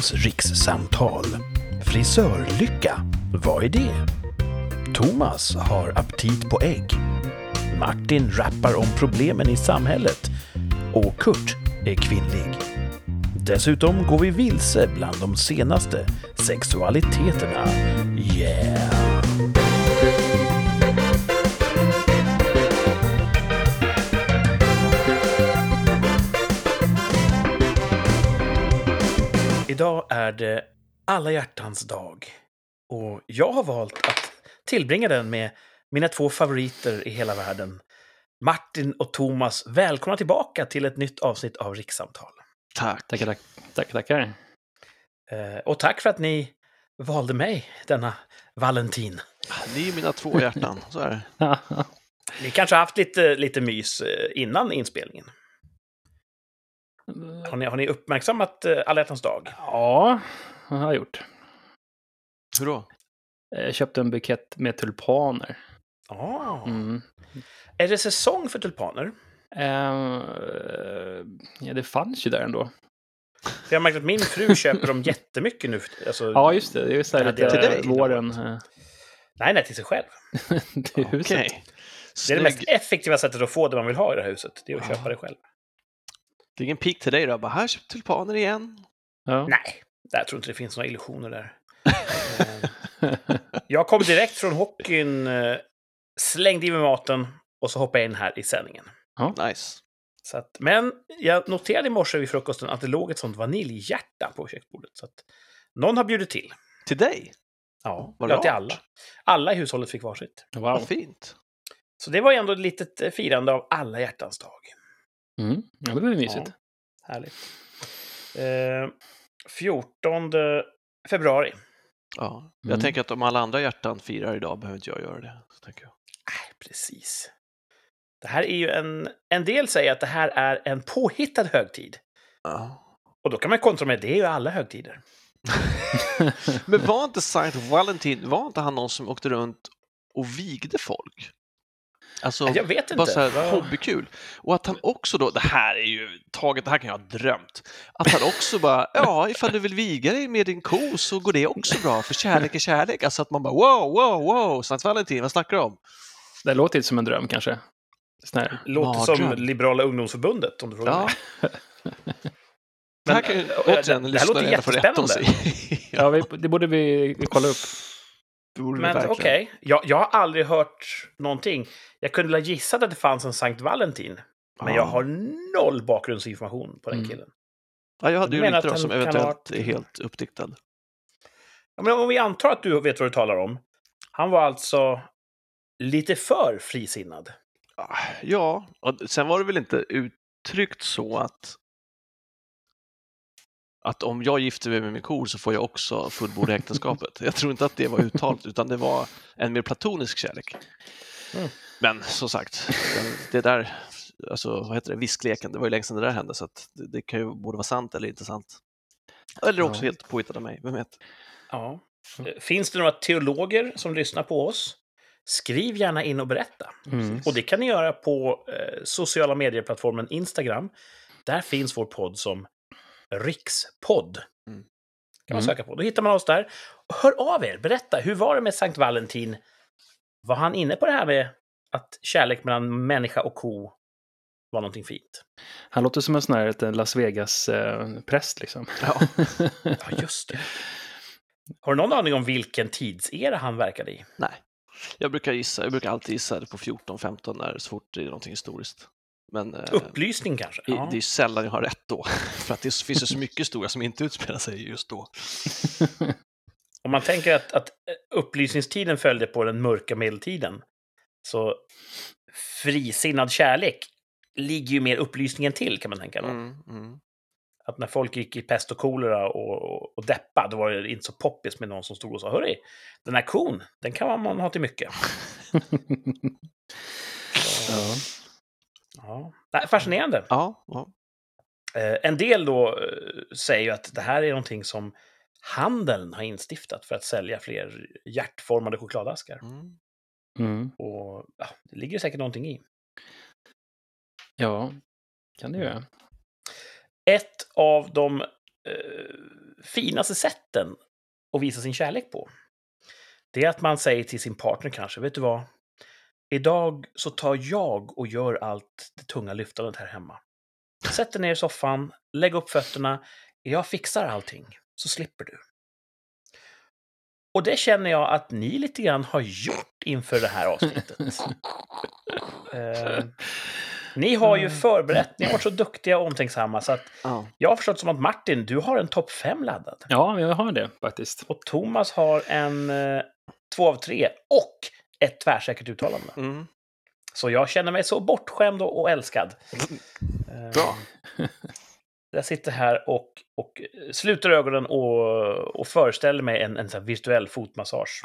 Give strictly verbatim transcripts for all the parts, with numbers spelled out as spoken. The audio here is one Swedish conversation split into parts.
Veckans rikssamtal. Frisörlycka, vad är det? Thomas har aptit på ägg. Martin rappar om problemen i samhället. Och Kurt är kvinnlig. Dessutom går vi vilse bland de senaste sexualiteterna. Yeah! Idag är det alla hjärtans dag. Och jag har valt att tillbringa den med mina två favoriter i hela världen. Martin och Thomas, välkomna tillbaka till ett nytt avsnitt av Rikssamtal. Tack. Tackar, tack, tackar. tackar. Eh, och tack för att ni valde mig denna Valentin. Ni är mina två hjärtan, så är det. Ni kanske har haft lite, lite mys innan inspelningen. Har ni, har ni uppmärksammat eh, alla hjärtans dag? Ja, det har jag gjort. Hur då? Jag köpte en bukett med tulpaner. Ah. Mm. Är det säsong för tulpaner? Uh, ja, det fanns ju där ändå. För jag har märkt att min fru köper dem jättemycket nu. Alltså, ja, just det. Det är så här ja, lite till dig, våren. Nej, nej, till sig själv. Till huset. Okay. Det är det mest effektiva sättet att få det man vill ha i det här huset. Det är att köpa det själv. Det är ingen pik till dig då. Bara, här köper tulpaner igen. Ja. Nej, jag tror inte det finns några illusioner där. Jag kom direkt från hockeyn, slängde i mig maten och så hoppade jag in här i sändningen. Ja. Nice. Så att, men jag noterade i morse vid frukosten att det låg ett sånt vaniljhjärta på köksbordet. Så att någon har bjudit till. Till dig? Ja, Vad ja till rart. alla. Alla i hushållet fick varsitt. Wow. Vad fint. Så det var ändå ett litet firande av alla hjärtans dag. Mm. Ja, det blir mysigt. Ja, härligt. Eh, fjortonde februari. Ja. Jag Mm. tänker att om alla andra hjärtan firar idag behöver inte jag göra det. Så tänker jag. Nej, precis. Det här är ju en... En del säger att det här är en påhittad högtid. Ja. Och då kan man kontra med, det är ju alla högtider. Men var inte Sankt Valentin, var inte han någon som åkte runt och vigde folk? Alltså, Jag vet inte. bara så här Vad- hobbykul. Och att han också då, det här är ju taget, det här kan jag ha drömt. Att han också bara, ja, ifall du vill viga dig med din ko så går det också bra, för kärlek är kärlek. Alltså att man bara, wow, wow, wow, Sankt Valentin, vad snackar du om? Det låter inte som en dröm kanske. Snär. Låter Mardröm. som Liberala ungdomsförbundet, om du frågar Ja, mig. det här Men, kan ju äh, återigen det- det här låter lyssnare få rätta oss i. Ja, vi, det borde vi kolla upp. Det borde vi Men verkligen. okej, jag, jag har aldrig hört någonting. Jag kunde ha gissat att det fanns en Sankt Valentin. Men Ja. jag har noll bakgrundsinformation på den Mm. killen. Ja, jag hade Du ju menar rykten att som han kan eventuellt ha- är helt uppdiktad. Ja, men om vi antar att du vet vad du talar om. Han var alltså lite för frisinnad. Ja, och sen var det väl inte uttryckt så att att om jag gifter mig med min kor så får jag också fullborda äktenskapet. Jag tror inte att det var uttalat, utan det var en mer platonisk kärlek. Mm. Men som sagt, det där, alltså vad heter det, viskleken, det var ju länge sedan det där hände, så att det, det kan ju både vara sant eller inte sant. Eller också Ja. helt påhittad av mig, vem vet? Ja. Finns det några teologer som lyssnar på oss? Skriv gärna in och berätta. Mm. Och det kan ni göra på eh, sociala medieplattformen Instagram. Där finns vår podd som Rikspodd. Mm. Kan man Mm. söka på. Då hittar man oss där. Och hör av er, berätta. Hur var det med Sankt Valentin? Var han inne på det här med att kärlek mellan människa och ko var någonting fint? Han låter som en sån här ett Las Vegas-präst liksom. Ja. Ja, just det. Har du någon aning om vilken tidsera han verkade i? Nej, jag brukar gissa, jag brukar alltid gissa det på fjorton femton när så fort det är någonting historiskt. Men eh, Upplysning kanske? det, Ja. det är sällan jag har rätt då, för att det finns ju så mycket historia som inte utspelar sig just då. Om man tänker att, att upplysningstiden följde på den mörka medeltiden, så frisinnad kärlek ligger ju mer upplysningen till, kan man tänka då. Mm, mm. Att när folk gick i pest och kolera och, och, och deppa, då var det inte så poppis med någon som stod och sa, hörru, den här kon, den kan man ha till mycket. Ja. Ja. Nej, fascinerande. Ja, ja. Eh, en del då eh, säger ju att det här är någonting som handeln har instiftat för att sälja fler hjärtformade chokladaskar. Mm. Mm. Och ja, det ligger säkert någonting i. Ja, kan det göra. Ett av de eh, finaste sätten att visa sin kärlek på, det är att man säger till sin partner kanske, vet du vad? Idag så tar jag och gör allt det tunga lyftandet här hemma. Sätt dig ner i soffan, lägg upp fötterna, jag fixar allting, så slipper du. Och det känner jag att ni lite grann har gjort inför det här avsnittet. eh, ni har ju förberett, ni har varit så duktiga och omtänksamma så att Ja. jag har förstått som att Martin, du har en topp fem laddad. Ja, jag har det faktiskt. Och Thomas har en eh, två av tre och ett tvärsäkert uttalande. Mm. Så jag känner mig så bortskämd och, och älskad. Bra. Eh, jag sitter här och, och sluter ögonen och, och föreställer mig en, en sån här virtuell fotmassage.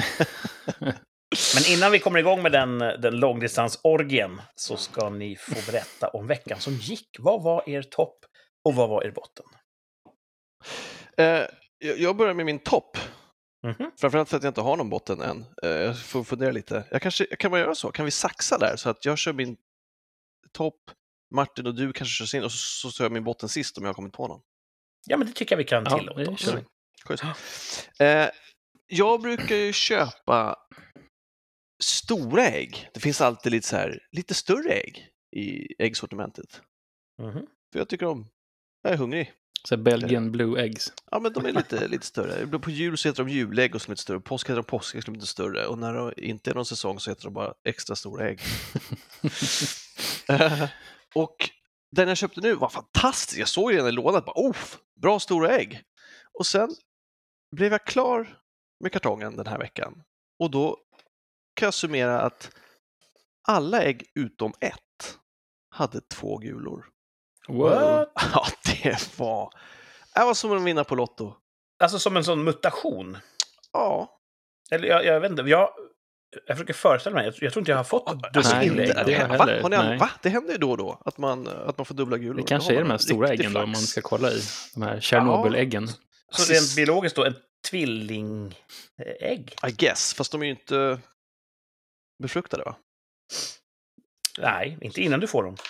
Men innan vi kommer igång med den, den långdistansorgien så ska ni få berätta om veckan som gick. Vad var er topp och vad var er botten? Eh, jag jag börjar med min topp. Mhm. Framförallt för att jag inte har någon botten än. Eh, jag får fundera lite. Jag kanske, kan man göra så? Kan vi saxa där? Så att jag kör min topp, Martin och du kanske kör sin och så, så kör jag min botten sist om jag har kommit på någon. Ja, men det tycker jag vi kan Ja, tillåta det oss. kör vi. Schysst. Eh, jag brukar ju köpa stora ägg. Det finns alltid lite så här, lite större ägg i äggsortimentet. Mhm. För jag tycker om, jag är hungrig. Så Belgian Blue Eggs. Ja, men de är lite, lite större. På jul så heter de julägg och som är lite större. Påsk heter de påskägg som är lite större. Och när det inte är någon säsong så heter de bara extra stora ägg. uh, och den jag köpte nu var fantastisk. Jag såg den i lådan. Bara, oh, bra stora ägg. Och sen blev jag klar med kartongen den här veckan. Och då kan jag summera att alla ägg utom ett hade två gulor. Wow. What? Ja, det var... Det var som att vinna på Lotto. Alltså som en sån mutation. Ja. Eller jag, jag vet inte, jag, jag försöker föreställa mig. Jag, jag tror inte jag har fått Alltså, dubbla nej, gula ägg. inte det det, har va? heller, Har ni, nej. va? Det händer ju då och då att man, att man får dubbla gulor. Det kanske Då är har de man här stora riktig äggen då, om flax. man ska kolla i. De här Tjernobyl-äggen. Så rent biologiskt då, en tvillingägg? I guess, fast de är ju inte befruktade, va? Nej, inte innan du får dem.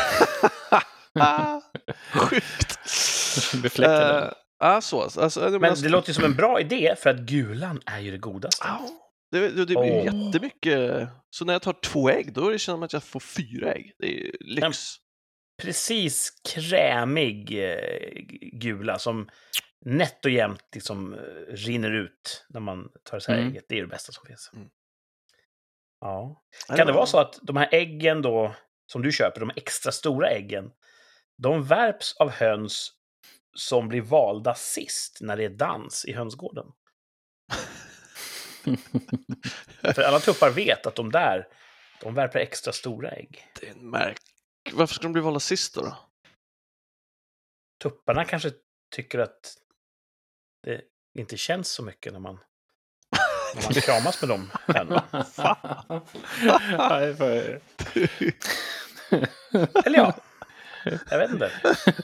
ah, sjukt. Befläckade. Uh, ah, så. Alltså, jag Men menar- det låter ju som en bra idé, för att gulan är ju det godaste. Ja, det, det, det blir ju Åh. jättemycket. Så när jag tar två ägg, då är det som att jag får fyra ägg. Det är ju lyx. Precis krämig eh, gula som nätt och jämnt liksom eh, rinner ut när man tar sig Mm. ägget. Det är det bästa som finns. Mm. Ja. Ja, Kan det var- vara så att de här äggen då, som du köper, de extra stora äggen, de värps av höns som blir valda sist när det är dans i hönsgården? För alla tuppar vet att de där, de värper extra stora ägg. Det är en märk... Varför ska de bli valda sist då? då? Tupparna kanske tycker att det inte känns så mycket när man, när man kramas med dem. Hönorna. Nej, för... Eller ja, jag vet inte.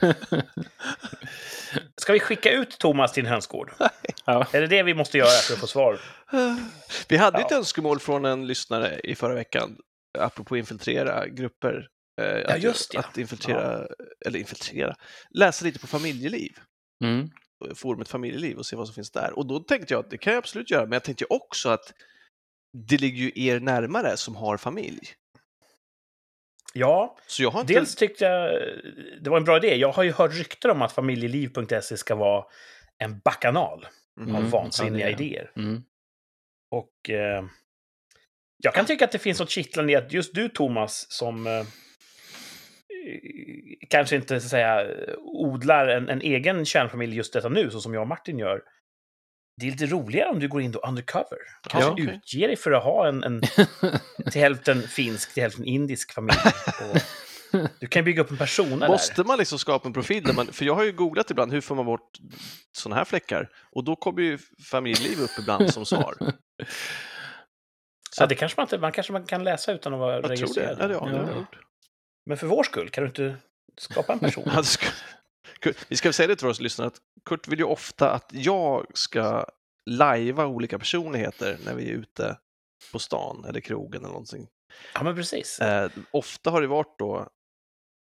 Ska vi skicka ut Thomas till en hönsgård? Ja. Är det det vi måste göra för att få svar? Vi hade Ja. ett önskemål från en lyssnare i förra veckan, apropå infiltrera grupper. Eh, Ja, att, just det. Att infiltrera, eller infiltrera, läsa lite på familjeliv. Mm. Forumet familjeliv och se vad som finns där. Och då tänkte jag att det kan jag absolut göra, men jag tänkte ju också att det ligger ju er närmare som har familj. Ja, Så jag har inte... dels tyckte jag det var en bra idé. Jag har ju hört rykten om att familjeliv punkt se ska vara en bakanal Mhm. av Mm. vansinniga Ja, det är det. idéer. Mm. Och eh, jag kan tycka att det finns något kittlande i att just du, Thomas, som eh, kanske inte så att säga odlar en, en egen kärnfamilj just detta nu, så som jag och Martin gör. Det är lite roligare om du går in då undercover. Kanske Ja, okej. utger dig för att ha en, en till hälften finsk, till hälften indisk familj. Och du kan bygga upp en persona där. Måste man liksom skapa en profil där man, för jag har ju googlat ibland, hur får man bort sådana här fläckar? Och då kommer ju familjeliv upp ibland som svar. Så det kanske man, inte, man kanske man kan läsa utan att vara Jag tror det. registrerad. Ja, det har jag Ja. gjort. Men för vår skull, kan du inte skapa en person? Ja, det ska... Kurt, vi ska väl säga det till våra lyssnare att Kurt vill ju ofta att jag ska lajva olika personligheter när vi är ute på stan eller krogen eller någonting. Ja, men precis. Eh, ofta har det varit då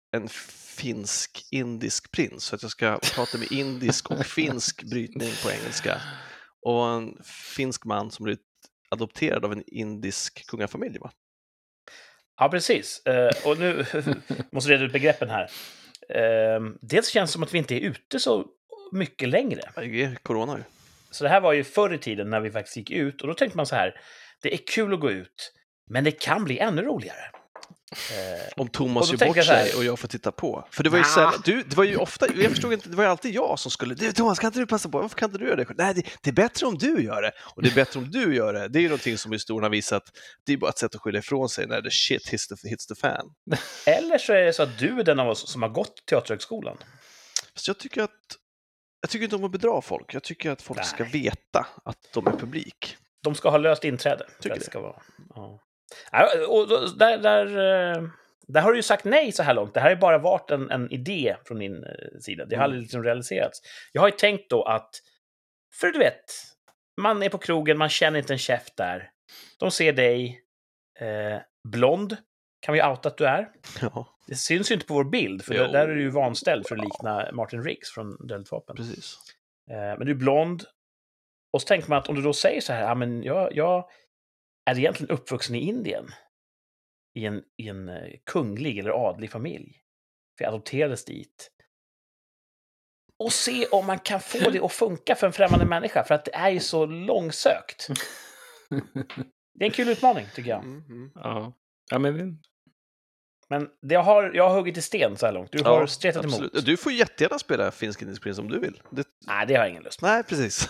en finsk-indisk prins för att jag ska prata med indisk och finsk brytning på engelska. Och en finsk man som blivit adopterad av en indisk kungafamilj, va? Ja, precis. Uh, och nu måste jag reda ut begreppen här. Uh, dels känns det som att vi inte är ute så mycket längre. Det är corona ju. Så det här var ju förr i tiden när vi faktiskt gick ut. Och då tänkte man så här, det är kul att gå ut, men det kan bli ännu roligare. Eh, Om Thomas och gör bort sig och jag får titta på. För det var ju nah. så, du, det var ju ofta, jag förstod inte, det var ju alltid jag som skulle, du Thomas, kan inte du passa på? Varför kan inte du göra det? Nej, det, det är bättre om du gör det. Och det är bättre om du gör det. Det är ju någonting som historien har visat, det är bara ett sätt att skylla ifrån sig när the shit hits the, hits the fan. Eller så är det så att du är den av oss som har gått Teaterhögskolan. Så jag tycker att, jag tycker inte om att bedra folk. Jag tycker att folk Nej. ska veta att de är publik. De ska ha löst inträde. Tycker det det. ska vara. Ja. Och då, där, där, där har du ju sagt nej så här långt. Det här har bara varit en, en idé från din sida. Det har aldrig liksom realiserats. Jag har ju tänkt då att, för du vet, man är på krogen, man känner inte en käft där. De ser dig, eh, blond, kan vi outa att du är. Ja, Det syns ju inte på vår bild, för Jo. där, där är du ju vanställd för att likna Martin Riggs från Dödligt vapen. precis. Eh, men du är blond. Och så tänker man att om du då säger så här, ja men jag, jag är egentligen uppvuxen i Indien. I en, i en eh, kunglig eller adlig familj. För jag adopterades dit. Och se om man kan få det att funka för en främmande människa. För att det är ju så långsökt. Det är en kul utmaning, tycker jag. Mm, mm. Ja. Ja, men vi... Men det jag har, jag har huggit i sten så här långt. Du har stretat emot. Absolut. Du får jättegärna spela finsk indisk prins om du vill. Det... Nej, det har jag ingen lust med. Nej, precis.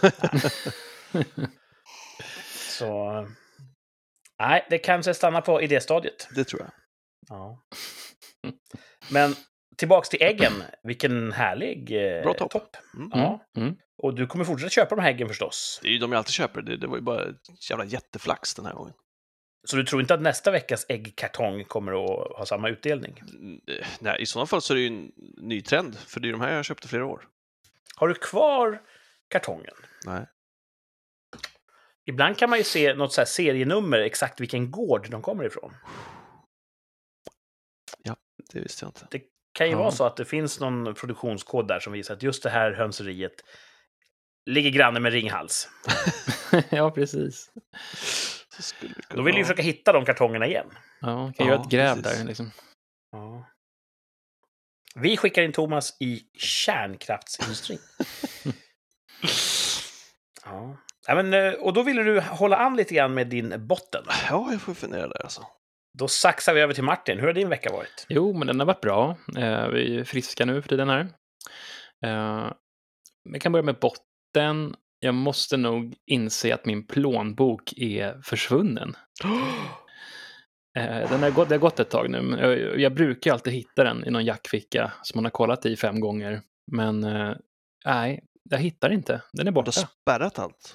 Så... Nej, det kanske stannar på idéstadiet. Det tror jag. Ja. Men tillbaks till äggen. Vilken härlig eh, Bra topp. topp. Mm. Ja. Mm. Och du kommer fortsätta köpa de här äggen förstås. Det är ju de jag alltid köper. Det, det var ju bara ett jävla jätteflax den här gången. Så du tror inte att nästa veckas äggkartong kommer att ha samma utdelning? Mm, Nej, i sådana fall så är det ju en ny trend. För det är de här jag köpte flera år. Har du kvar kartongen? Nej. Ibland kan man ju se något så här serienummer, exakt vilken gård de kommer ifrån. Det visste jag inte. Det kan ju Ja. vara så att det finns någon produktionskod där som visar att just det här hönseriet ligger granne med Ringhals. Ja, precis. Så skulle det kunna Då vill du ju vara. försöka hitta de kartongerna igen. Ja, kan Ja, göra ett gräv precis. där liksom. Ja. Vi skickar in Thomas i kärnkraftsindustrin. Ja. Ja, men, och då ville du hålla an lite grann med din botten. Ja, jag får fundera där alltså. Då saxar vi över till Martin. Hur har din vecka varit? Jo, men den har varit bra. Eh, vi är friska nu för tiden här. Eh, jag kan börja med botten. Jag måste nog inse att min plånbok är försvunnen. Eh, den har gått, det har gått ett tag nu. Jag, jag brukar alltid hitta den i någon jackficka som man har kollat i fem gånger. Men eh, nej, jag hittar inte. Den är Du har borta. spärrat allt.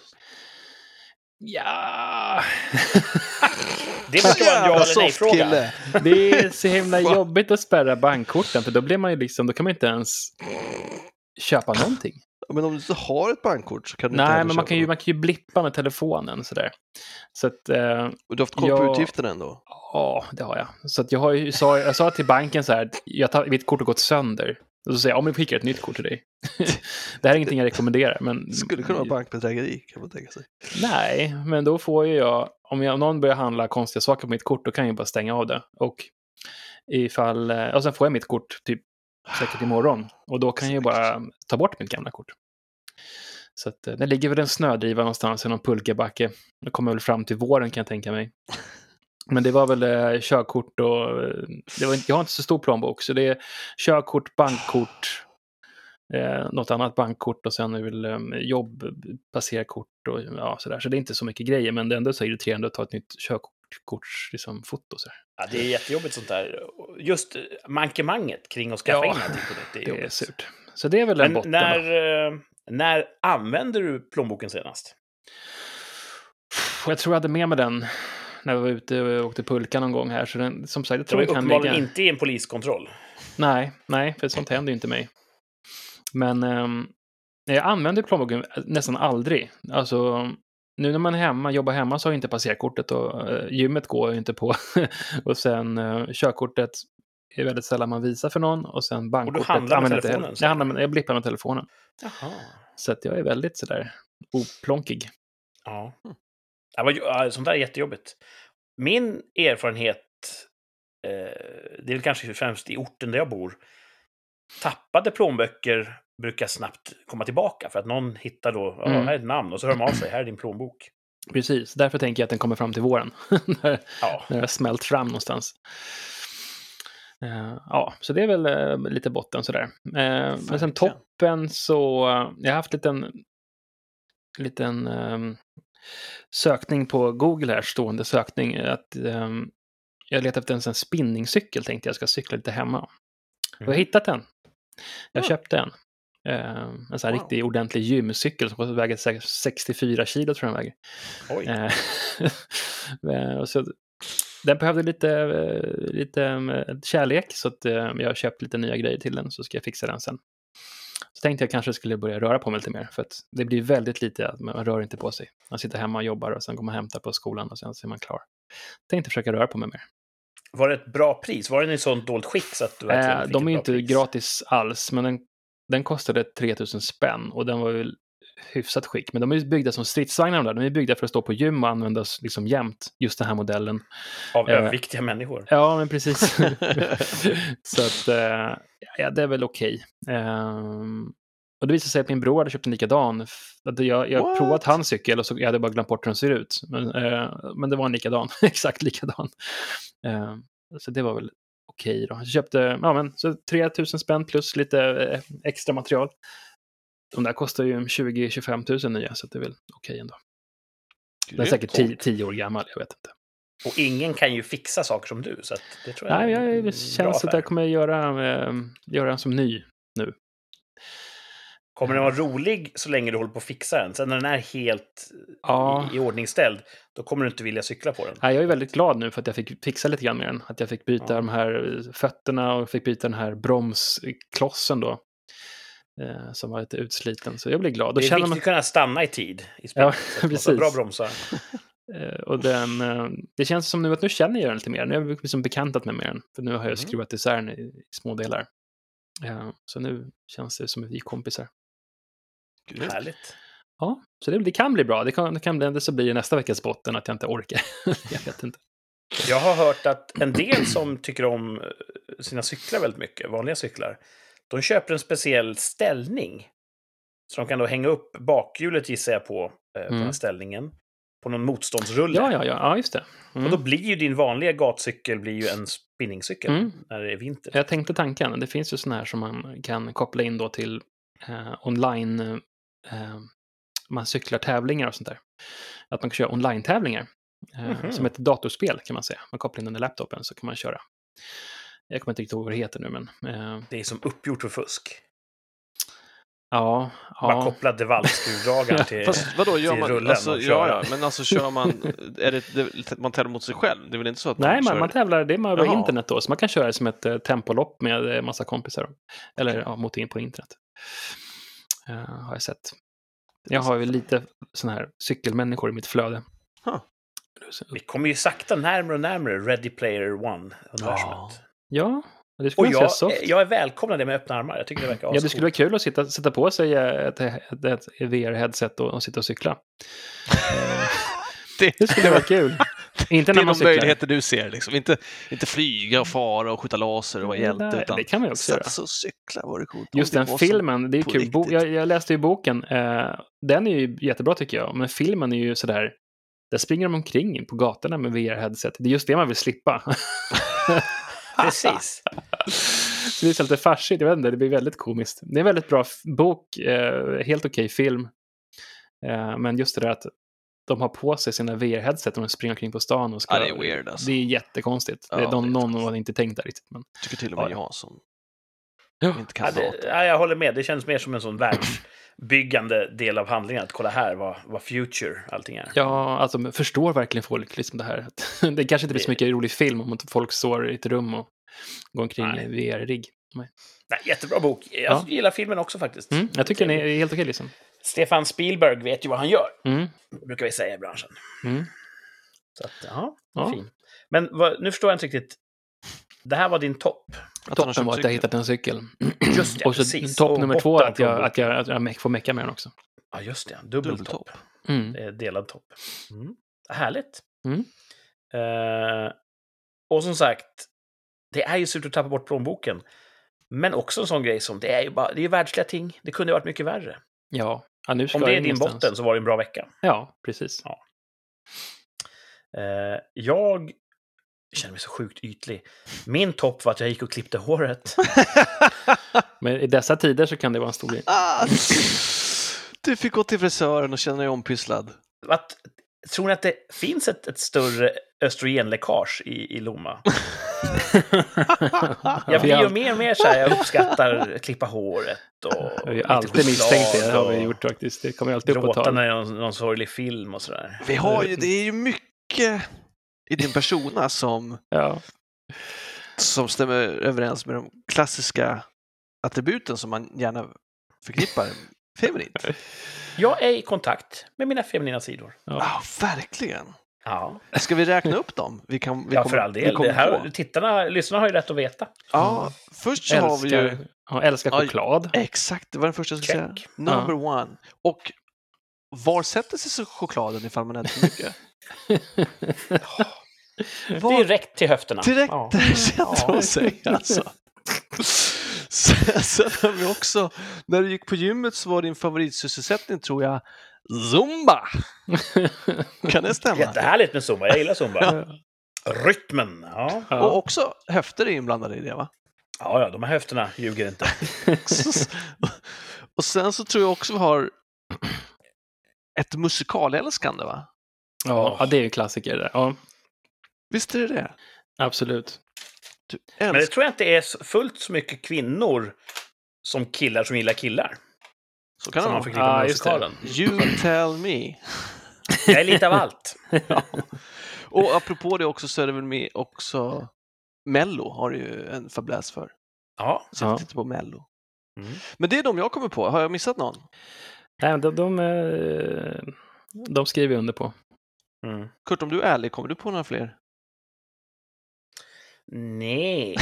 Ja... Det brukar vara en ja eller nej-fråga. kille. Det är så himla jobbigt att spärra bankkorten, för då blir man ju liksom, då kan man inte ens köpa någonting. Men om du inte har ett bankkort så kan du inte Nej, heller men man köpa kan ju, dem. man kan ju blippa med telefonen sådär. Så att, eh, Och du har haft koll på Ja. utgifterna ändå? ja, det har jag. Så att jag, har ju, sa, jag sa till banken så här, jag tar, mitt kort har gått sönder. Och så säger jag, om jag skickar ett nytt kort till dig. Det här är ingenting jag rekommenderar, men... Det skulle kunna vara bankbedrägeri, kan man tänka sig. Nej, men då får ju jag, om jag, om någon börjar handla konstiga saker på mitt kort, då kan jag bara stänga av det. Och ifall, och sen får jag mitt kort typ säkert imorgon. Och då kan jag ju bara ta bort mitt gamla kort. Så att det ligger väl en snödriva någonstans i någon pulkabacke. Det kommer väl fram till våren, kan jag tänka mig. Men det var väl eh, körkort och eh, det var inte, jag har inte så stor plånbok, så det är körkort, bankkort, eh, något annat bankkort och sen är det väl eh, jobb, passerkort och ja, sådär. Så det är inte så mycket grejer, men det är ändå så irriterande att ta ett nytt körkorts liksom, foto. Så Ja, det är jättejobbigt sånt där. Just mankemanget kring att skaffa Ja, in någonting på det. Det är, det är jobbigt. surt. Så det är väl en Men botten. när, eh, när använder du plånboken senast? Och jag tror jag hade med mig den när jag var ute och åkte pulka någon gång här. Så den, som sagt, jag Det tror var jag kan uppenbarligen ligga... inte i en poliskontroll. Nej, nej, för sånt händer ju inte mig. Men um, jag använder plånboken nästan aldrig. Alltså, nu när man är hemma, jobbar hemma, så har jag inte passerkortet och uh, gymmet går ju inte på. Och sen uh, körkortet är väldigt sällan man visar för någon. Och sen bankkortet. Och du handlar med använder telefonen? Inte, jag, handlar med, jag blippar med telefonen. Jaha. Så att jag är väldigt sådär oplonkig. Ja. Ja, vad- ja, sånt där är jättejobbigt. Min erfarenhet, eh, det är väl kanske främst i orten där jag bor, tappade plånböcker brukar snabbt komma tillbaka för att någon hittar då, ja, Mm. här är ett namn och så hör de av sig, här är din plånbok. Precis, därför tänker jag att den kommer fram till våren. när, Ja, när det har smält fram någonstans. Eh, ja, så det är väl eh, lite botten sådär. Uh, men sen Verkligen. toppen så, uh, jag har haft liten, liten um, sökning på Google här, stående sökning. Att, um, jag letar efter en sån spinningcykel, tänkte jag ska cykla lite hemma. Och jag har Mhm. hittat en. Jag Ah. köpte en. Uh, en sån här Wow. riktig ordentlig gymcykel som väger säkert sextiofyra kilo tror jag den väger. oj. Eh, och så, den behövde lite, eh, lite eh, kärlek så att, eh, jag har köpt lite nya grejer till den så ska jag fixa den sen. Så tänkte jag kanske skulle börja röra på mig lite mer för att det blir väldigt lite att man rör inte på sig. Man sitter hemma och jobbar och sen går man och hämtar på skolan och sen så är man klar. Tänkte försöka röra på mig mer. Var det ett bra pris? Var den i sånt dåligt skick så att du verkligen Eh, fick de ett är bra ju inte pris? gratis alls men den, den kostade tre tusen spänn och den var väl hyfsat skick. Men de är ju byggda som stridsvagnar där. De är byggda för att stå på gym och användas liksom jämt. Just den här modellen. Av eh, överviktiga människor. Ja, men precis. Så att, eh, ja, det är väl okej. Ehm, och det visade sig att min bror hade köpt en likadan. Att jag jag har What? provat hans cykel och så, jag hade bara glömt bort hur den ser ut. Men, eh, men det var en likadan, exakt likadan. Ehm, så det var väl okej då. Jag köpte ja, men, så tre tusen spänn plus lite eh, extra material. De där kostar ju tjugo till tjugofem tusen nya, så det är väl okej ändå. Den är säkert tio, tio år gammal, jag vet inte. Och ingen kan ju fixa saker som du, så att det tror jag Nej, är en jag bra känns att affär. jag kommer göra, eh, göra den som ny nu. Kommer den vara rolig så länge du håller på att fixa den? Sen när den är helt Ja. i, i ordningställd, då kommer du inte vilja cykla på den. Nej, jag är väldigt glad nu för att jag fick fixa lite grann med den. Att jag fick byta Ja. de här fötterna och fick byta den här bromsklossen då. Eh, som var lite utsliten. Så jag blir glad. Då Det är känner viktigt man, att kunna stanna i tid. I Ja, spelet, så att man precis. har bra bromsar. eh, och den, eh, det känns som nu att nu känner jag den lite mer. Nu har jag liksom bekantat mig med den. För nu har jag Mm. skruvat isär den i, i små delar. Eh, så nu känns det som att vi är kompisar. Grymt. Härligt. Ja, så det, det kan bli bra. Det kan, det kan bli det så blir nästa veckas botten att jag inte orkar. Jag vet inte. Jag har hört att en del som tycker om sina cyklar väldigt mycket, vanliga cyklar, de köper en speciell ställning. Så de kan då hänga upp bakhjulet, gissar jag på, eh, på Mm. den här ställningen. På någon motståndsrulle. Ja, ja, ja, ja, just det. Mm. Och då blir ju din vanliga gatcykel blir ju en spinningcykel Mm. när det är vinter. Jag tänkte tanken. Det finns ju sådana här som man kan koppla in då till eh, online. Eh, man cyklar tävlingar och sånt där. Att man kan köra online-tävlingar. Eh, Mhm. Som ett datorspel kan man säga. Man kopplar in den i laptopen så kan man köra. Jag kommer inte riktigt ihåg vad det heter nu, men... Eh, Det är som uppgjort för fusk. ja, Bara ja. koppla devalvskruvdragaren till, Fast vadå, gör till man, rullen alltså, och ja, köra. ja, men alltså kör man, är det, det, man tävlar mot sig själv? Det är väl inte så att man Nej, man, kör... man tävlar, det är man över Jaha. internet då. Så man kan köra som ett eh, tempolopp med eh, massa kompisar. Eller ja, mot in på internet. Eh, har jag sett. Jag har ju lite såna här cykelmänniskor i mitt flöde. Huh. Vi kommer ju sakta närmare och närmare Ready Player One-universumet. Ja, det Och skulle jag, jag, säga soft. jag är välkomnad det med öppna armar. Jag tycker det verkar Ja, det skulle vara kul att sitta, sätta på sig ett, ett, ett V R-headset och, och sitta och cykla. Eh, Det, det skulle vara kul. Inte det när är man de cyklar. möjligheter du ser, liksom. Inte, inte flyga och fara och skjuta laser och vara hjälte, Nej, utan det kan man ju också göra. sätta sig och cykla, var det coolt. Just Om den det var som- filmen, det är ju på kul. Bo, riktigt. jag, jag läste ju boken. Eh, den är ju jättebra tycker jag. Men filmen är ju sådär... Där springer de omkring på gatorna med V R-headset. Det är just det man vill slippa. Precis. Så det är så lite farsigt, jag vet inte, det blir väldigt komiskt. Det är en väldigt bra f- bok, eh, helt okej film. Eh, men just det där att de har på sig sina V R-headset och de springer omkring på stan och ska... Ja, det är weird, alltså. Det är jättekonstigt. Ja, det är de, det är någon konstigt. har inte tänkt där riktigt. Men... Tycker till och med Ja. jag som Ja. inte kan Ja, prata. det, ja, jag håller med. Det känns mer som en sån världsbyggande del av handlingen. Att kolla här vad, vad future allting är. Ja, alltså men förstår verkligen folk liksom det här? Att det kanske inte blir så mycket rolig film om inte folk står i ett rum och går omkring Nej. i V R-rigg. Nej. Nej, jättebra bok. Jag Ja. gillar filmen också faktiskt. Mm, jag tycker den är helt okej liksom. Stefan Spielberg vet ju vad han gör, Mm, brukar vi säga i branschen. mm. Så att, ja, Ja. fin. Men vad, nu förstår jag inte riktigt. det här var din topp. Att han har Toppen var köpt att jag cykel. hittat en cykel. Just det, Och så precis. topp Och nummer två botten att jag, plånbok. att jag, att jag me- får mecka med den också. Ja, just det. Dubbeltopp. Dubbeltopp. Mm. Det är delad topp. Mm. Härligt. Mm. Eh, och som sagt, det är ju surt att tappa bort plånboken. Men också en sån grej som, det är ju bara, det är ju världsliga ting. Det kunde ha varit mycket värre. Ja. Ja, nu ska Om det är jag din ingenstans. botten så var det en bra vecka. Ja, precis. Ja. Eh, jag känner mig så sjukt ytlig. Min topp var att jag gick och klippte håret. Men i dessa tider så kan det vara en stor grej. Ah, du fick gå till frisören och känna dig ompysslad. Att, tror ni att det finns ett, ett större östrogenläckage i, i Lomma? Jag blir ju mer och mer så här, jag uppskattar klippa håret och Jag har ju lite alltid choklad misstänkt det, det har vi och gjort faktiskt. Det kommer ju alltid upp på gråta tal. när det är någon, någon sorglig film och sådär. Vi har ju, det är ju mycket i din persona som, Ja. som stämmer överens med de klassiska attributen som man gärna förknippar feminint. Jag är i kontakt med mina feminina sidor. Ja. Ja, verkligen. Ja, Ska vi räkna upp dem? Vi kan, vi ja kommer, för all vi del. kommer Det här, på. tittarna, lyssnarna har ju rätt att veta. Ja, först så har vi ju... Älskar, ja, älskar Ja, choklad. Exakt, det var den första jag skulle Check. säga. Number one. Och var sätter sig så chokladen ifall man äter för mycket? Var- Direkt till höfterna. Direkt Ja. där sätter hon sig alltså. Sen, sen har vi också, när du gick på gymmet så var din favoritsysselsättning tror jag Zumba. Kan det stämma? Jättehärligt med zumba. Jag gillar zumba. Rytmen. Ja. Ja. Och också höfter är inblandade i det va? ja, ja, de här höfterna ljuger inte. Och sen så tror jag också vi har ett musikalälskande va? Ja, ja, det är ju klassiker där. Ja, Visst är det det? absolut. Du Men det älskar... tror jag inte är så- fullt så mycket kvinnor som killar som gillar killar. Så kan Som det man vara. förknippar Ja, med just det. musikalen. You tell me. Jag är lite av allt. Och apropå det också så är det väl med också Mello har du ju en fäbless för. Ja. Så jag Ja. tittar på Mello. Mm. Men det är de jag kommer på. Har jag missat någon? Nej, men de, de, eh, de skriver jag under på. Mm. Kurt, om du är ärlig, kommer du på några fler? Nej,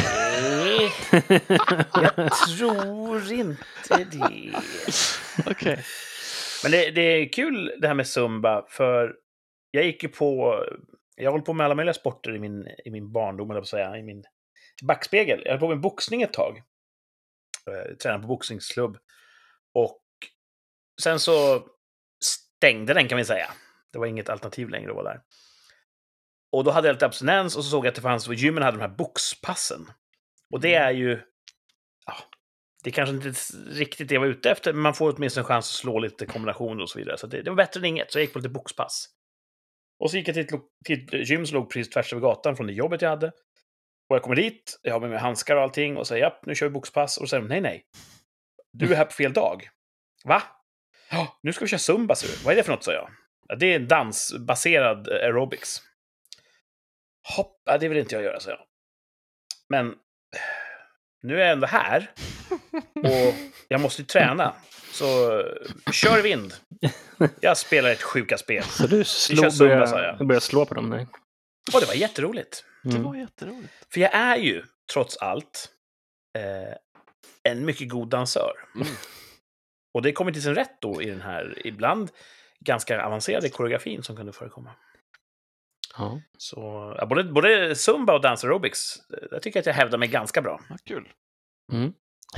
jag tror inte det. Okej. Men det, det är kul det här med zumba, för jag gick ju på... Jag håller på med alla möjliga sporter i min, i min barndom, eller på att säga, i min backspegel. Jag höll på med boxning ett tag. Jag tränade på boxningsklubb. Och sen så stängde den, kan vi säga. Det var inget alternativ längre att vara där. Och då hade jag lite abstinens och så såg jag att det fanns, och gymmen hade de här boxpassen. Och det är ju... Ja, det är kanske inte riktigt det jag var ute efter, men man får åtminstone en chans att slå lite kombinationer och så vidare. Så det, det var bättre än inget, så jag gick på lite boxpass. Och så gick jag till ett, lo- till ett gym som låg precis tvärs över gatan från det jobbet jag hade. Och jag kommer dit, jag har med mig handskar och allting och säger ja, nu kör vi boxpass. Och så säger de, nej, nej. Du är här på fel dag. Va? Ja, nu ska vi köra zumba, så. Vad är det för något, sa jag. Ja, det är en dansbaserad aerobics. Hopp, ja, det vill inte jag göra, så jag. Men nu är jag ändå här. Och jag måste ju träna. Så kör vind. Jag spelar ett sjuka spel. Så du kör slå, zumba, sa jag. börjar, börjar slå på dem? Nej. Och det var jätteroligt. Det Mm. var jätteroligt. För jag är ju, trots allt, eh, en mycket god dansör. Mm. Och det kommer till sin rätt då i den här, ibland, ganska avancerade koreografin som kunde förekomma. Ja. Så ja, både, både zumba och dance aerobics, jag tycker att jag hävdar mig ganska bra. Ja, kul. Mm.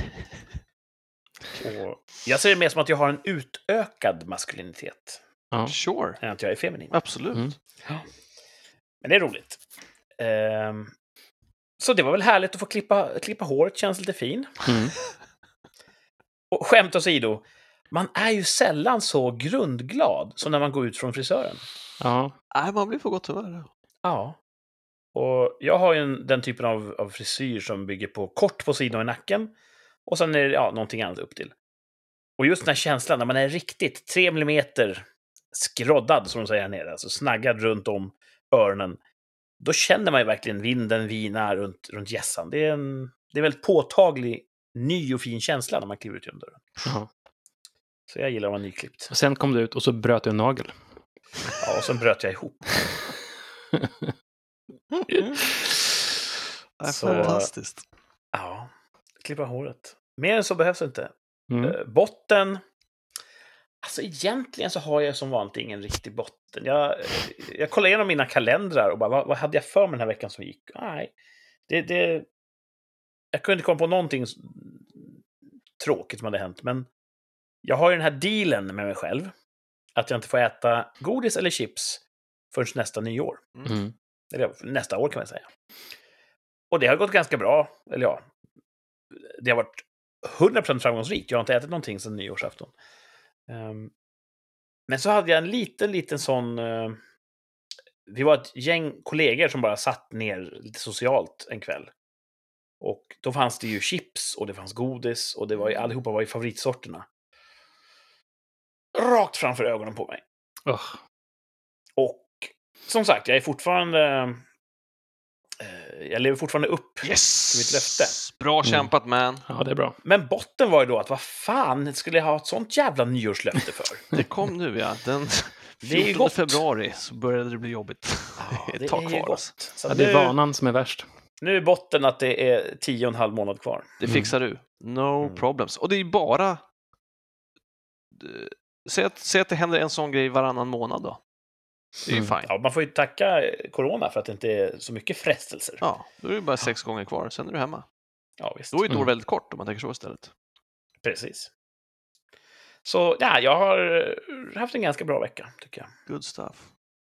Och jag ser det mer som att jag har en utökad maskulinitet Ja. Sure. än att jag är feminin. Absolut. Mm. Men det är roligt. Ehm, så det var väl härligt att få klippa, klippa håret, känns lite fin. Mm. Och skämt åsido, man är ju sällan så grundglad som när man går ut från frisören. Ja. Nej, man blir på gott humör. Ja. Och jag har ju en, den typen av, av frisyr som bygger på kort på sidan och i nacken. Och sen är det ja, någonting annat upp till. Och just den här känslan när man är riktigt tre millimeter skroddad, som de säger här nere, alltså snaggad runt om öronen. Då känner man ju verkligen vinden vina runt, runt hjässan. Det är en, det är en väldigt påtaglig, ny och fin känsla när man kliver ut genom dörren. Ja. Så jag gillar att vara nyklippt. Och sen kom du ut och så bröt du en nagel. Ja, och sen bröt jag ihop. Det är Så- fantastiskt. Ja, klippa håret. Mer än så behövs inte. Mm. Eh, botten. Alltså egentligen så har jag som vanligt ingen riktig botten. Jag, jag kollar igenom mina kalendrar och bara, vad, vad hade jag för mig den här veckan som gick? Nej, det, det... Jag kunde inte komma på någonting s- tråkigt som hade hänt, men jag har ju den här dealen med mig själv. Att jag inte får äta godis eller chips förrän nästa nyår. Mm. Eller nästa år kan man säga. Och det har gått ganska bra. Eller ja, det har varit hundra procent framgångsrikt. Jag har inte ätit någonting sedan nyårsafton. Um, men så hade jag en liten, liten sån... Uh, vi var ett gäng kollegor som bara satt ner lite socialt en kväll. Och då fanns det ju chips och det fanns godis och det var ju, allihopa var ju favoritsorterna. Rakt framför ögonen på mig. Oh. Och som sagt, jag är fortfarande... Uh, jag lever fortfarande upp. Yes! Till mitt löfte. Bra kämpat, man. Ja, det är bra. Men botten var ju då att vad fan skulle jag ha ett sånt jävla nyårslöfte för? Det kom nu, ja. Den Det är ju fjortonde gott. februari så började det bli jobbigt. Ja, Ett det tag är ju kvar, gott. alltså. Så Ja, det är nu, vanan som är värst. nu är botten att det är tio och en halv månad kvar. Det fixar du. No Mm. problems. Och det är ju bara... eh, Säg att, säg att det händer en sån grej varannan månad då. Det är ju Mm. fine. Ja, man får ju tacka corona för att det inte är så mycket frestelser. Ja, då är det bara sex gånger kvar. Sen är du hemma. Ja, visst. Då är ett år Mm. väldigt kort om man tänker så istället. Precis. Så ja, jag har haft en ganska bra vecka, tycker jag. Good stuff.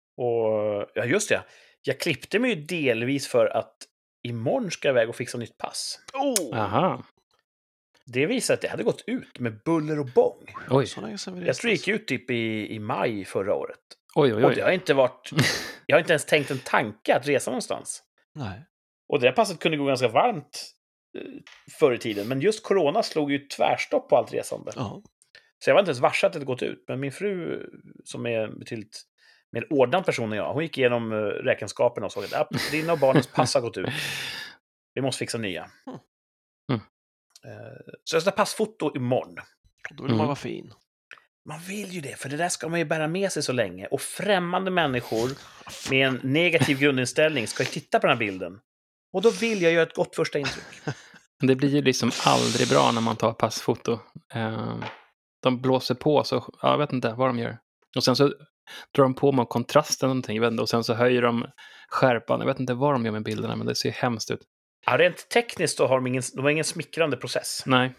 Och ja, just det. Jag klippte mig ju delvis för att imorgon ska jag iväg och fixa nytt pass. Oh! Aha. Det visar att det hade gått ut med buller och bång. Oj, Så länge sedan vi Jag reste. tror det gick ut typ i, i maj förra året. oj, oj. Och det oj. har inte varit... Jag har inte ens tänkt en tanke att resa någonstans. Nej. Och det här passet kunde gå ganska varmt eh, förr i tiden. Men just corona slog ju tvärstopp på allt resande. Ja. Så jag var inte ens varse att det gått ut. Men min fru, som är betydligt mer ordnad person än jag, hon gick igenom uh, räkenskaperna och såg att ah, dina och barnens pass har gått ut. Vi måste fixa nya. Mm. Eh, så jag ska ta passfoto imorgon. Då vill man Mm. vara fin. Man vill ju det, för det där ska man ju bära med sig så länge. Och främmande människor med en negativ grundinställning ska ju titta på den här bilden. Och då vill jag göra ett gott första intryck. Det blir ju liksom aldrig bra när man tar passfoto. Eh, de blåser på, så ja, jag vet inte vad de gör. Och sen så drar de på med kontrasten någonting, jag vet inte, och sen så höjer de skärpan. Jag vet inte vad de gör med bilderna, men det ser hemskt ut. Ja, rent tekniskt så har de ingen, de har ingen smickrande process. Nej.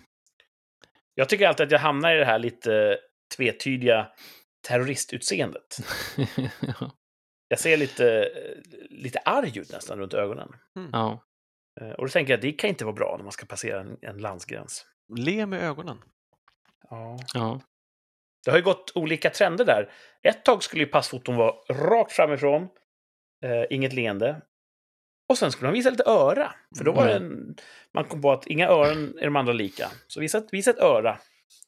Jag tycker alltid att jag hamnar i det här lite tvetydiga terroristutseendet. Ja. Jag ser lite, lite arg ut nästan runt ögonen. Ja. Eh, Och då tänker jag att det kan inte vara bra när man ska passera en, en landsgräns. Le med ögonen. Ja. Ja. Det har ju gått olika trender där. Ett tag skulle ju passfoton vara rakt framifrån, eh, inget leende. Och sen skulle man visa lite öra. För då var det en, man kom på att inga öron är de andra lika. Så visa ett, visa ett öra.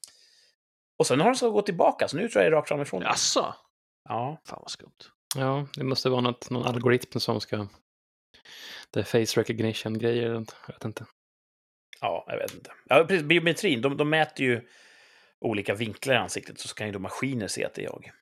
Och sen har de så gått tillbaka, så nu tror jag det är rakt framifrån. Jaså? Ja. Fan vad skumt. Ja, det måste vara något, någon algoritm som ska... Det är face recognition-grejer, jag vet inte. Ja, jag vet inte. Ja, precis, biometrin, de, de mäter ju olika vinklar i ansiktet, så kan ju då maskiner se att det är jag.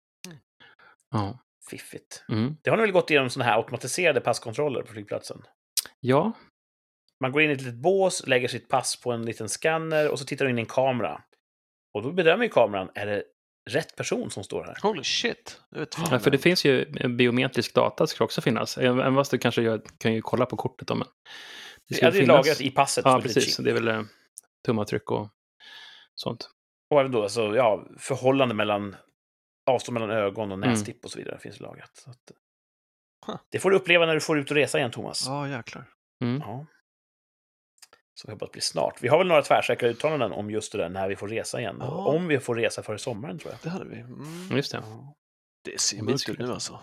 Ja. Fiffigt. Mm. Det har nog väl gått igenom sådana här automatiserade passkontroller på flygplatsen. Ja. Man går in i ett litet bås, lägger sitt pass på en liten scanner och så tittar du in i en kamera. Och då bedömer ju kameran, är det rätt person som står här? Holy shit. Jag vet fan. Ja, för det finns ju biometrisk data, ska också finnas. Även fast du kanske gör, kan ju kolla på kortet om. Men det ska Ja, det är finnas- lagrat i passet. som Ja, ett litet precis. chip. Det är väl eh, tumavtryck och sånt. Och även då, alltså, ja, förhållande mellan avstånd mellan ögon och Mm. nästipp och så vidare finns lagrat. Så att, Huh. det får du uppleva när du får ut och resa igen, Thomas. Ja, jäklar. Mm. Ja. Så vi hoppas att det blir snart. Vi har väl några tvärsäkra uttalanden om just det där, när vi får resa igen. Ja. Och om vi får resa före sommaren, tror jag. Det hade vi. Mm. Just det. Ja. Det ser Det mörkt skulle- ut nu alltså.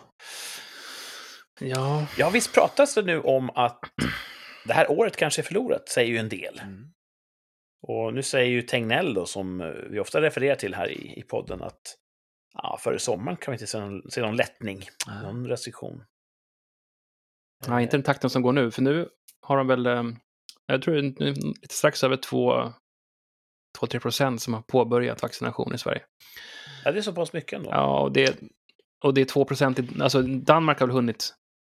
Ja. Ja, visst pratas det nu om att det här året kanske är förlorat, säger ju en del. Mm. Och nu säger ju Tegnell då, som eh, vi ofta refererar till här i, i podden, att ja, före sommaren kan vi inte se någon, se någon lättning, Nej. någon restriktion. Ja, inte den takten som går nu. För nu har de väl, eh, jag tror det är lite strax över två till tre procent som har påbörjat vaccination i Sverige. Ja, det är så pass mycket ändå. Ja, och det, och det är två procent, i, alltså Danmark har väl hunnit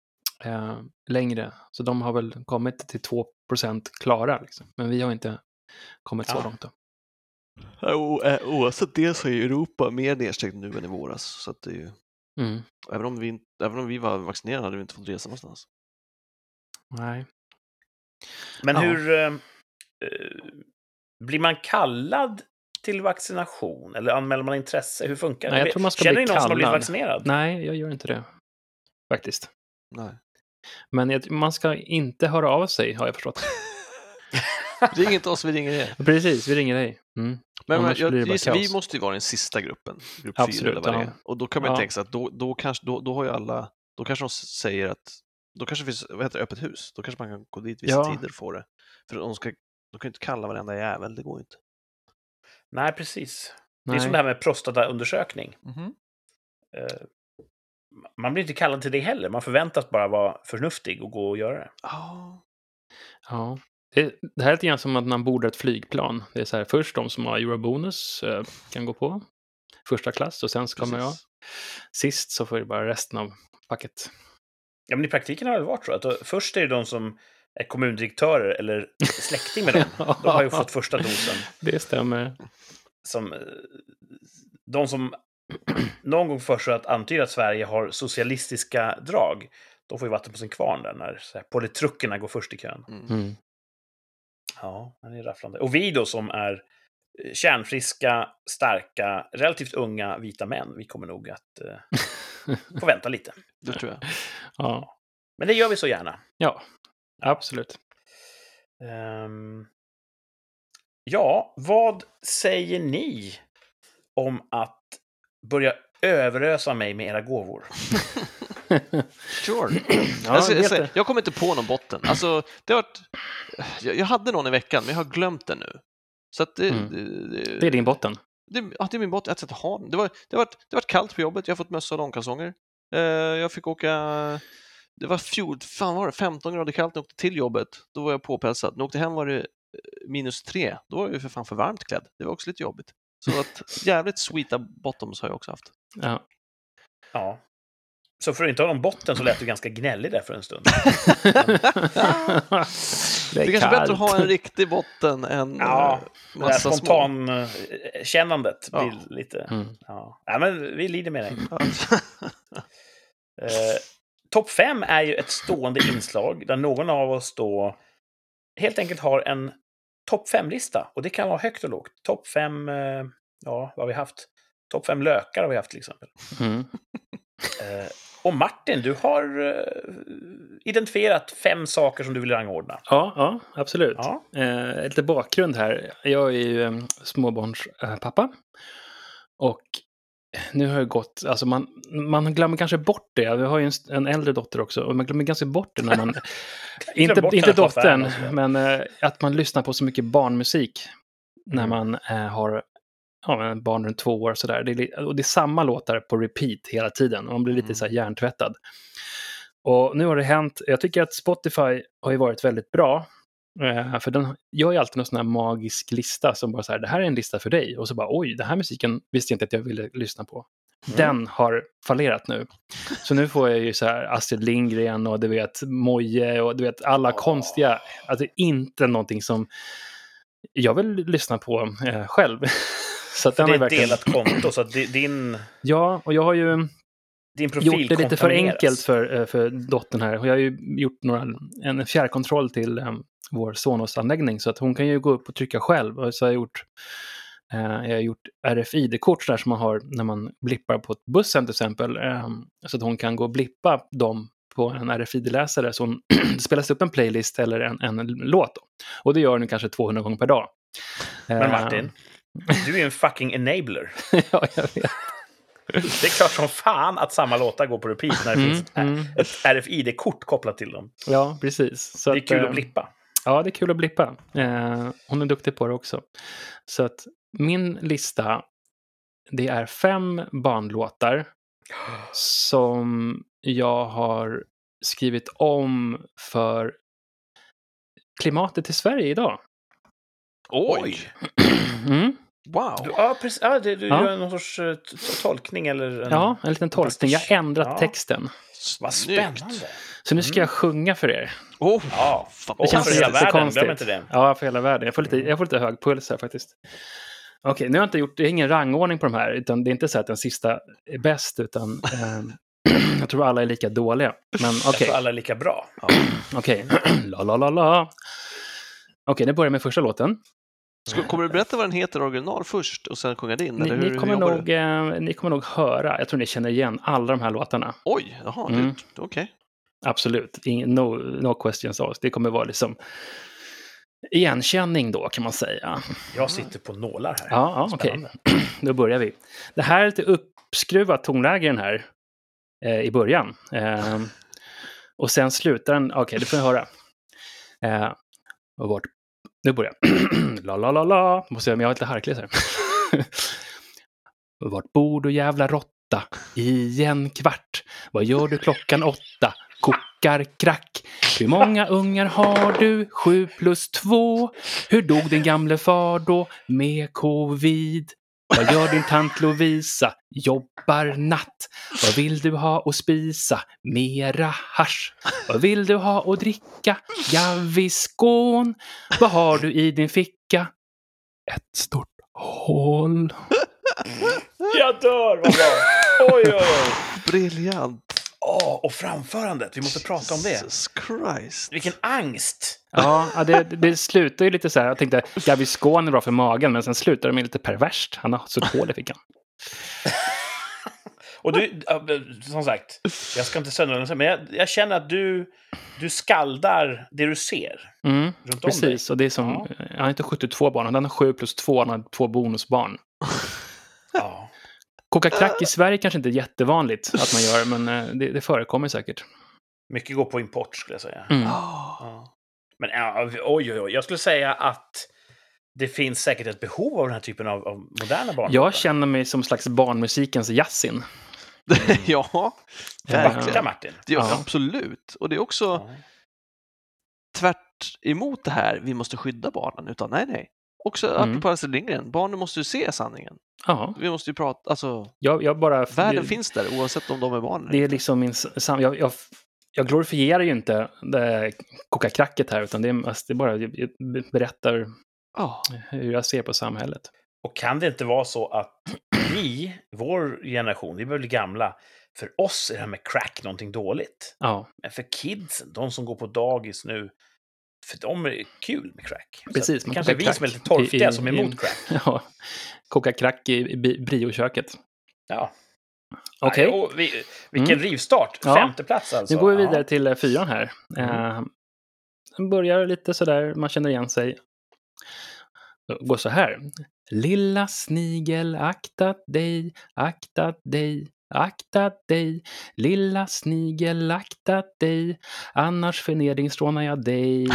eh, längre. Så de har väl kommit till två procent klara. Liksom. Men vi har inte kommit så Ja. långt då. O, eh, oavsett det så är ju Europa mer nedstängt nu än i våras. Så att det är ju, Mm. även, om vi, inte- även om vi var vaccinerade hade vi inte fått resa någonstans. Nej. Men Ja. hur... Eh, eh, blir man kallad till vaccination? Eller anmäler man intresse? Hur funkar det? Nej, jag tror man ska Känner bli ni någon som har blivit kallad. vaccinerad? Nej, jag gör inte det. Faktiskt. Nej. Men jag, man ska inte höra av sig, har jag förstått. Ring inte oss, vi ringer er. Precis, vi ringer dig. Mm. Men Annars jag, blir det bara gissar, vi kaos. måste ju vara den sista gruppen, grupp fyra Absolut, eller vad det ja. är. Och då kan man ju Ja. tänka sig att då, då, kanske, då, då har ju alla, då kanske de säger att, då kanske det finns, vad heter det, öppet hus, då kanske man kan gå dit vissa Ja. tider och få det. För de, ska, de kan ju inte kalla varenda jävel, det går ju inte. Nej, precis. Det är Nej. som det här med prostataundersökning. Mm-hmm. Eh, man blir inte kallad till det heller. Man förväntas bara vara förnuftig och gå och göra det. Ja. Ja. Det, det här är lite grann som att man bordar ett flygplan. Det är så här, först de som har eurobonus eh, kan gå på första klass och sen ska man ja. Precis. Sist så får det bara resten av packet. Ja, men i praktiken har det varit så att då, först är det de som är kommundirektörer eller släkting med dem. De har ju fått första dosen. Det stämmer. Som, eh, de som någon gång först att antyda att Sverige har socialistiska drag, de får ju vatten på sin kvarn där när så här, politruckerna går först i kön. Mm. Mm. Ja, det är rafflande. Och vi då som är eh, kärnfriska, starka, relativt unga vita män, vi kommer nog att eh, få vänta lite. Det tror jag. Ja. Men det gör vi så gärna. Ja, absolut. Ehm, ja, vad säger ni om att börja överösa mig med era gåvor? Sure. Ja, alltså, jag vet jag, det. jag kommer inte på någon botten. Alltså, det har varit, jag, jag hade någon i veckan, men jag har glömt den nu. Så att det, Mm. det, Det är din botten. Det, ja, det är min botten. Jag har ha den. Det var, det, var, det var kallt på jobbet. Jag har fått mössa och långkalsonger. Eh, jag fick åka... Det var fjol, fan var det, femton grader kallt när jag åkte till jobbet. Då var jag påpälsad. När jag åkte hem var det minus tre. Då var jag ju för fan för varmt klädd. Det var också lite jobbigt. Så att jävligt sweeta bottoms har jag också haft. Ja. Ja. Så för att inte ha någon botten så lät du ganska gnällig där för en stund. det Det är kanske bättre att ha en riktig botten än Ja, eh, det där massa små. spontan-kännandet Ja. blir lite... Mm. Ja. Nej, men vi lider med dig. Ja. Eh, Topp fem är ju ett stående inslag där någon av oss då helt enkelt har en topp fem-lista. Och det kan vara högt och lågt. Topp fem, eh, ja, vad har vi haft? Topp fem lökar har vi haft till exempel. Mm. Eh, och Martin, du har eh, identifierat fem saker som du vill rangordna. Ja, ja, absolut. Ja. Eh, lite bakgrund här. Jag är ju eh, småbarnspappa. Och nu har jag gått, alltså man, man glömmer kanske bort det. Vi har ju en, en äldre dotter också. Och man glömmer ganska bort det när man... inte bort inte henne på dottern, affären, alltså. men eh, att man lyssnar på så mycket barnmusik. När Mm. man eh, har ja, men barn runt två år sådär. Det är, li- och det är samma låtar på repeat hela tiden. Och man blir lite Mm. så här hjärntvättad. Och nu har det hänt, jag tycker att Spotify har ju varit väldigt bra. Eh, för den gör ju alltid någon sån här magisk lista som bara så här, det här är en lista för dig. Och så bara, oj, den här musiken visste jag inte att jag ville lyssna på. Mm. Den har fallerat nu. Så nu får jag ju så här Astrid Lindgren och du vet Moje och du vet alla Åh. konstiga, alltså inte någonting som jag vill lyssna på eh, själv. Så att För den det har är ett verkligen... delat konto, så att di- din, Ja, och jag har ju din profil gjort det lite för kontamineras. enkelt för, eh, för dottern här. Och jag har ju gjort några, en fjärrkontroll till um, vår Sonos-anläggning så att hon kan ju gå upp och trycka själv. Och så har jag gjort, eh, jag har gjort R F I D-kort där som man har när man blippar på ett bussen till exempel. Eh, så att hon kan gå och blippa dem på en R F I D-läsare så hon spelas upp en playlist eller en, en låt. Då. Och det gör hon kanske tvåhundra gånger per dag. Men Eh, Martin, du är en fucking enabler. ja, jag vet. Det är klart som fan att samma låtar går på repeat när det Mm, finns mm. ett R F I D-kort kopplat till dem. Ja, precis. Så Det är kul eh, att blippa. Ja, det är kul att blippa. Eh, hon är duktig på det också. Så att min lista, det är fem barnlåtar som jag har skrivit om för klimatet i Sverige idag. Oj! Mm. Wow! Du, ja, precis. Ja, det, du Ja. gör någon sorts uh, t- tolkning eller... En, Ja, en liten tolkning. Jag har ändrat Ja. texten. Vad Snyggt. spännande. Så nu ska jag sjunga för er. Oh, Ja, fan, och känns för hela världen, jättekonstigt. glöm inte det. Ja, för hela världen. Jag får lite, jag får lite hög puls här faktiskt. Okej, nu har jag inte gjort, det är ingen rangordning på de här, utan det är inte så att den sista är bäst, utan eh, jag tror alla är lika dåliga. Men Jag okej, tror alla är lika bra. okej. La la la la. Okej, nu börjar jag med första låten. Ska, kommer du berätta vad den heter original först och sen sjunga din? Ni, Eller hur, ni, kommer hur jobbar nog, du? eh, ni kommer nog höra, jag tror ni känner igen alla de här låtarna. Oj, jaha, Mm. mm. okej. Absolut, Ingen, no, no questions asked. Det kommer vara liksom igenkänning då, kan man säga. Jag sitter på nålar här. Ja, ja okej. Spännande. Då börjar vi. Det här är lite uppskruvat tonläge den här eh, i början. Eh, och sen slutar den, okej, okay, det får jag höra. Eh, och vart, nu börjar jag. La la la la. Måste jag, men jag har lite harklis här. Vart bor du jävla råtta? I en kvart. Vad gör du klockan åtta? Kokar krack. Hur många ungar har du? Sju plus två. Hur dog din gamle far då? Med covid. Vad gör din tant Lovisa? Jobbar natt. Vad vill du ha och spisa? Mera hasch. Vad vill du ha och dricka? Gaviscon. Vad har du i din ficka? Ett stort hål. Jag dör, vad bra! Oj, oj, oj. Briljant. Åh, och framförandet, vi måste prata om det. Jesus Christ. Vilken angst! Ja, ja, det, det slutar ju lite så här. Jag tänkte Gaviscon är bra för magen, men sen slutar det med lite perverst. Han har så ett hål i fickan. Och du, som sagt, jag ska inte söndra, men jag, jag känner att du, du skaldar det du ser. Mm, Runt om precis, och det är som, Ja. han har inte sjuttiotvå barn, han har sju plus två, han har två bonusbarn. Ja. Koka krack i Sverige kanske inte är jättevanligt att man gör, men eh, det, det förekommer säkert. Mycket går på import, skulle jag säga. Mm. Oh. Ja. Men ja, oj, oj, oj. Jag skulle säga att det finns säkert ett behov av den här typen av, av moderna barn. Jag känner mig som slags barnmusikens Yasin. Ja, Ja. Backa, verkligen. Martin. Det är, Ja. Absolut. Och det är också Ja. tvärt emot det här, vi måste skydda barnen, utan nej, nej. Också Mm. apropå Astrid Lindgren, barnen måste ju se sanningen. Ja, Vi måste ju prata, alltså, jag, jag bara... världen det, finns där oavsett om de är barn eller Det är inte. liksom min... Sam, jag, jag, jag glorifierar ju inte det koka kracket här, utan det är, alltså, det är bara... Jag berättar Ja. hur jag ser på samhället. Och kan det inte vara så att vi, vår generation, vi börjar bli gamla, för oss är det här med crack någonting dåligt. Ja, Men för kidsen, de som går på dagis nu, för dem är det kul med crack. Så precis. att man det kanske är kokar vi som är krack lite torftiga i- som är i- emot crack. Ja, koka krack i, i bi- brioköket. Ja. Okej. Nej, och vi, vilken Mm. rivstart. Ja. Femte plats alltså. Nu går vi Ja. vidare till eh, fyran här. Mm. Eh, den börjar lite sådär, man känner igen sig. Det går så här. Lilla snigel, akta dig, akta dig, akta dig. Lilla snigel, akta dig, annars förnedringsrånar jag dig.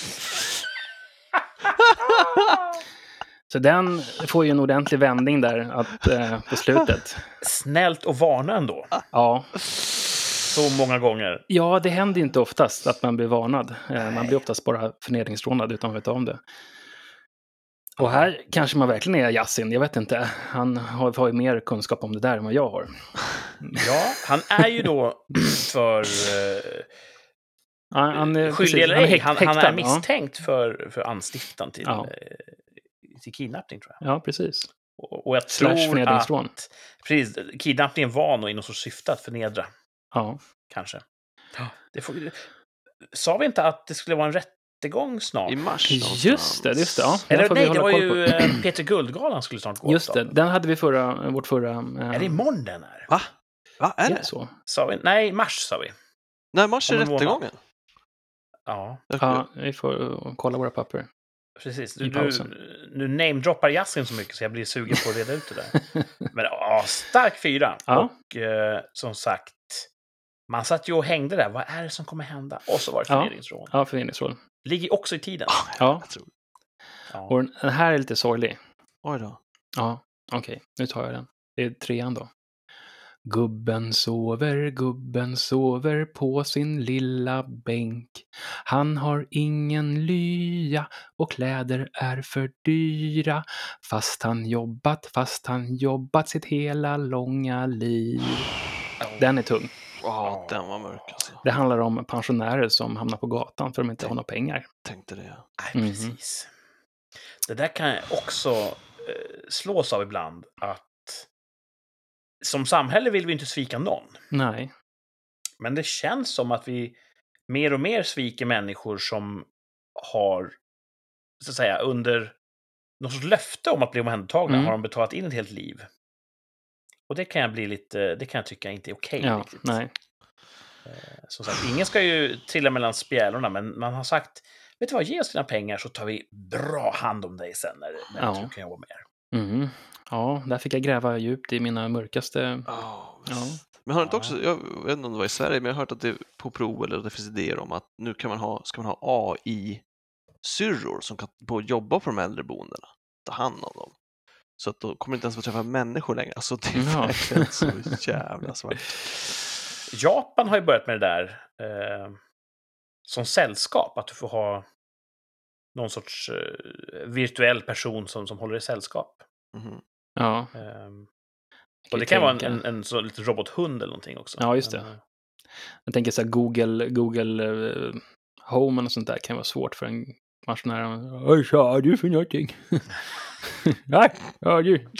Så den får ju en ordentlig vändning där att, eh, på slutet. Snällt och varna ändå. Ja. Så många gånger. Ja, det händer ju inte oftast att man blir varnad. Eh, Man blir oftast bara förnedringsrånad utan att veta om det. Och här kanske man verkligen är Yasin, jag vet inte. Han har, har ju mer kunskap om det där än vad jag har. Ja, han är ju då för... Uh, Ja, han är, skyldig eller han är ej, häk- han, han häktad, är misstänkt för, för anstiftan till, Ja. eh, till kidnappning, tror jag. Ja, ja, precis. Och, och jag Slash tror förnedringsrån. att... Precis, kidnappningen var nog i någon sorts syfte att förnedra, Ja. kanske. Det får, sa vi inte att det skulle vara en rättegång snart? I mars Just någonstans. det, just det. Ja. Den Eller får vi nej, det hålla var koll ju på. eh, Peter Guldgalan skulle snart gå. Just av det, stapeln. den hade vi förra, vårt förra... Eh, Är det imorgon den är? Va? Va? Är är det? det så? Sa vi? Nej, mars sa vi. När mars är Om en månad. rättegången? Ja, Ja, vi får uh, kolla våra papper. precis. I Du, pausen. du, nu namedroppar Yasin så mycket så jag blir sugen på att reda ut det där. Men ja, stark fyra. Ja. Och eh, som sagt, man satt ju och hängde där. Vad är det som kommer hända? Och så var det Ja. förnedringsrån. Ja, förnedringsrån. Ligger också i tiden. Ja, Jag tror. Ja. och den här är lite sorglig. Oj då. Ja, okej. Nu tar jag den. Det är trean då. Gubben sover, gubben sover på sin lilla bänk. Han har ingen lya och kläder är för dyra. Fast han jobbat, fast han jobbat sitt hela långa liv. Den är tung. Ja, den var mörk alltså. Det handlar om pensionärer som hamnar på gatan för att de inte har några pengar. Tänkte det. Nej, Mhm. precis. Det där kan jag också eh, slås av ibland. Att som samhälle vill vi inte svika någon. Nej. Men det känns som att vi mer och mer sviker människor som har, så att säga, under något sorts löfte om att bli omhändertagna Mm. har de betalat in ett helt liv. Och det kan jag bli lite, det kan jag tycka inte är okej Ja, riktigt. nej. Eh, Som sagt, ingen ska ju trilla mellan spjälorna, men man har sagt, vet du vad, ge oss dina pengar så tar vi bra hand om dig sen när, när Ja. du kan jobba mer. Mhm. Ja, där fick jag gräva djupt i mina mörkaste... Oh, Ja. Men har det inte också, jag vet inte om det var i Sverige, men jag har hört att det på prov eller att det finns idéer om att nu kan man ha, ska man ha A I-syrror som kan på jobba på de äldreboendena, ta hand om dem. Så att då kommer det inte ens få träffa människor längre. Alltså det är Ja. verkligen så jävla svart. Japan har ju börjat med det där eh, som sällskap, att du får ha någon sorts eh, virtuell person som, som håller i sällskap. Mhm. Ja. Ehm, kan och det ju kan vara en, tänka. en, en så liten robothund eller någonting också. Ja, just det. Men, eh, Jag tänker så här, Google, Google uh, Home och sånt där kan vara svårt för en pensionär. Vad sa du för någonting? Nej, ja du.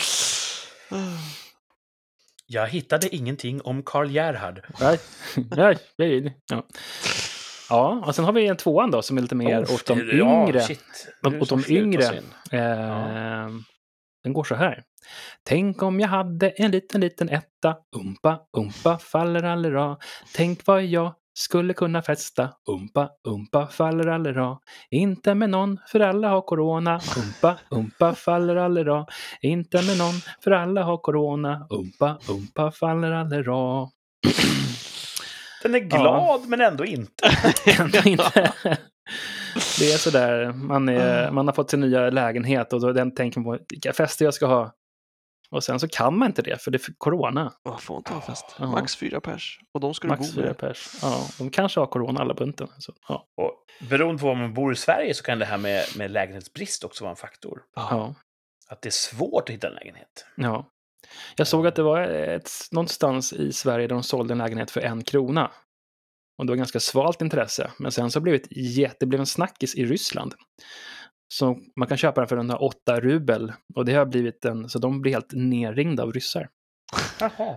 Jag hittade ingenting om Karl Gerhard. Nej, nej, det är det. Ja. Ja, och sen har vi en tvåan då som är lite mer Oh, åt de det- ja, yngre. shit. De- Nu åt som de slutar yngre. syn. Eh, Den går så här. Tänk om jag hade en liten, liten etta. Umpa, umpa, faller allera. Tänk vad jag skulle kunna festa. Umpa, umpa, faller allera. Inte med någon, för alla har corona. Umpa, umpa, faller allera. Inte med någon, för alla har corona. Umpa, umpa, faller allera. Den är glad, men ändå inte. Ändå inte. Det är sådär, man, är, man har fått sin nya lägenhet och då den tänker på vilka fester jag ska ha. Och sen så kan man inte det, för det är för corona. Jag får inte ha fest. Ja. Max fyra pers. Och de ska du Max bo fyra med. pers. Ja, de kanske har corona alla bunten. Så, ja. Och beroende på var man bor i Sverige så kan det här med, med lägenhetsbrist också vara en faktor. Ja, Att det är svårt att hitta en lägenhet. ja. Jag såg att det var ett, någonstans i Sverige där de sålde en lägenhet för en krona. Och det var ganska svalt intresse. Men sen så blev det, ett jätte, det blev en snackis i Ryssland. Så man kan köpa den för den här åtta rubel. Och det har blivit en, så de blir helt nerringda av ryssar. Jaha.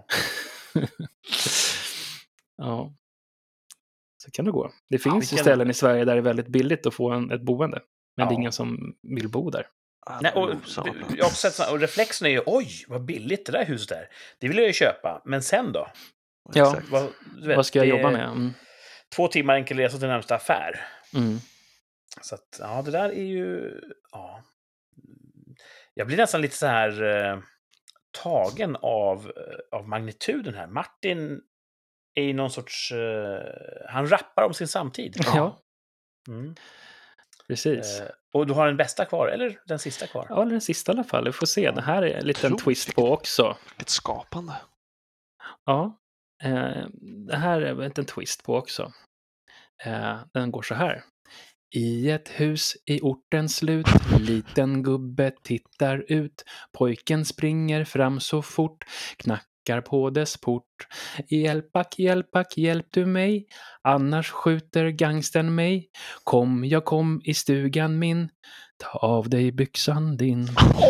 Ja. Så kan det gå. Det finns ju vilken- ställen i Sverige där det är väldigt billigt att få en, ett boende. Men det är Ja. ingen som vill bo där. Nej, och, Osakligt. jag har också sett såna, och reflexen är ju, oj, vad billigt det där huset är. Det vill jag ju köpa, men sen då? Ja. Exakt. Vad, du vet, Vad ska jag det jobba är med? Mm. Två timmar enkel resa till närmsta affär. Mm. Så att, ja, det där är ju, ja. Jag blir nästan lite så här eh, tagen av, eh, av magnituden här. Martin är ju någon sorts, eh, han rappar om sin samtid. Ja, Mm. precis. Eh, och du har den bästa kvar, eller den sista kvar? Ja, den sista i alla fall. Vi får se. Det här är en liten Otroligt. twist på också. Ett skapande. Ja, eh, det här är en liten twist på också. Eh, den går så här. I ett hus i ortens slut, liten gubbe tittar ut. Pojken springer fram så fort, knackar på dess port. Hjälpack, hjälpack, hjälp du mig, annars skjuter gangstern mig. Kom, jag kom i stugan min, ta av dig byxan din.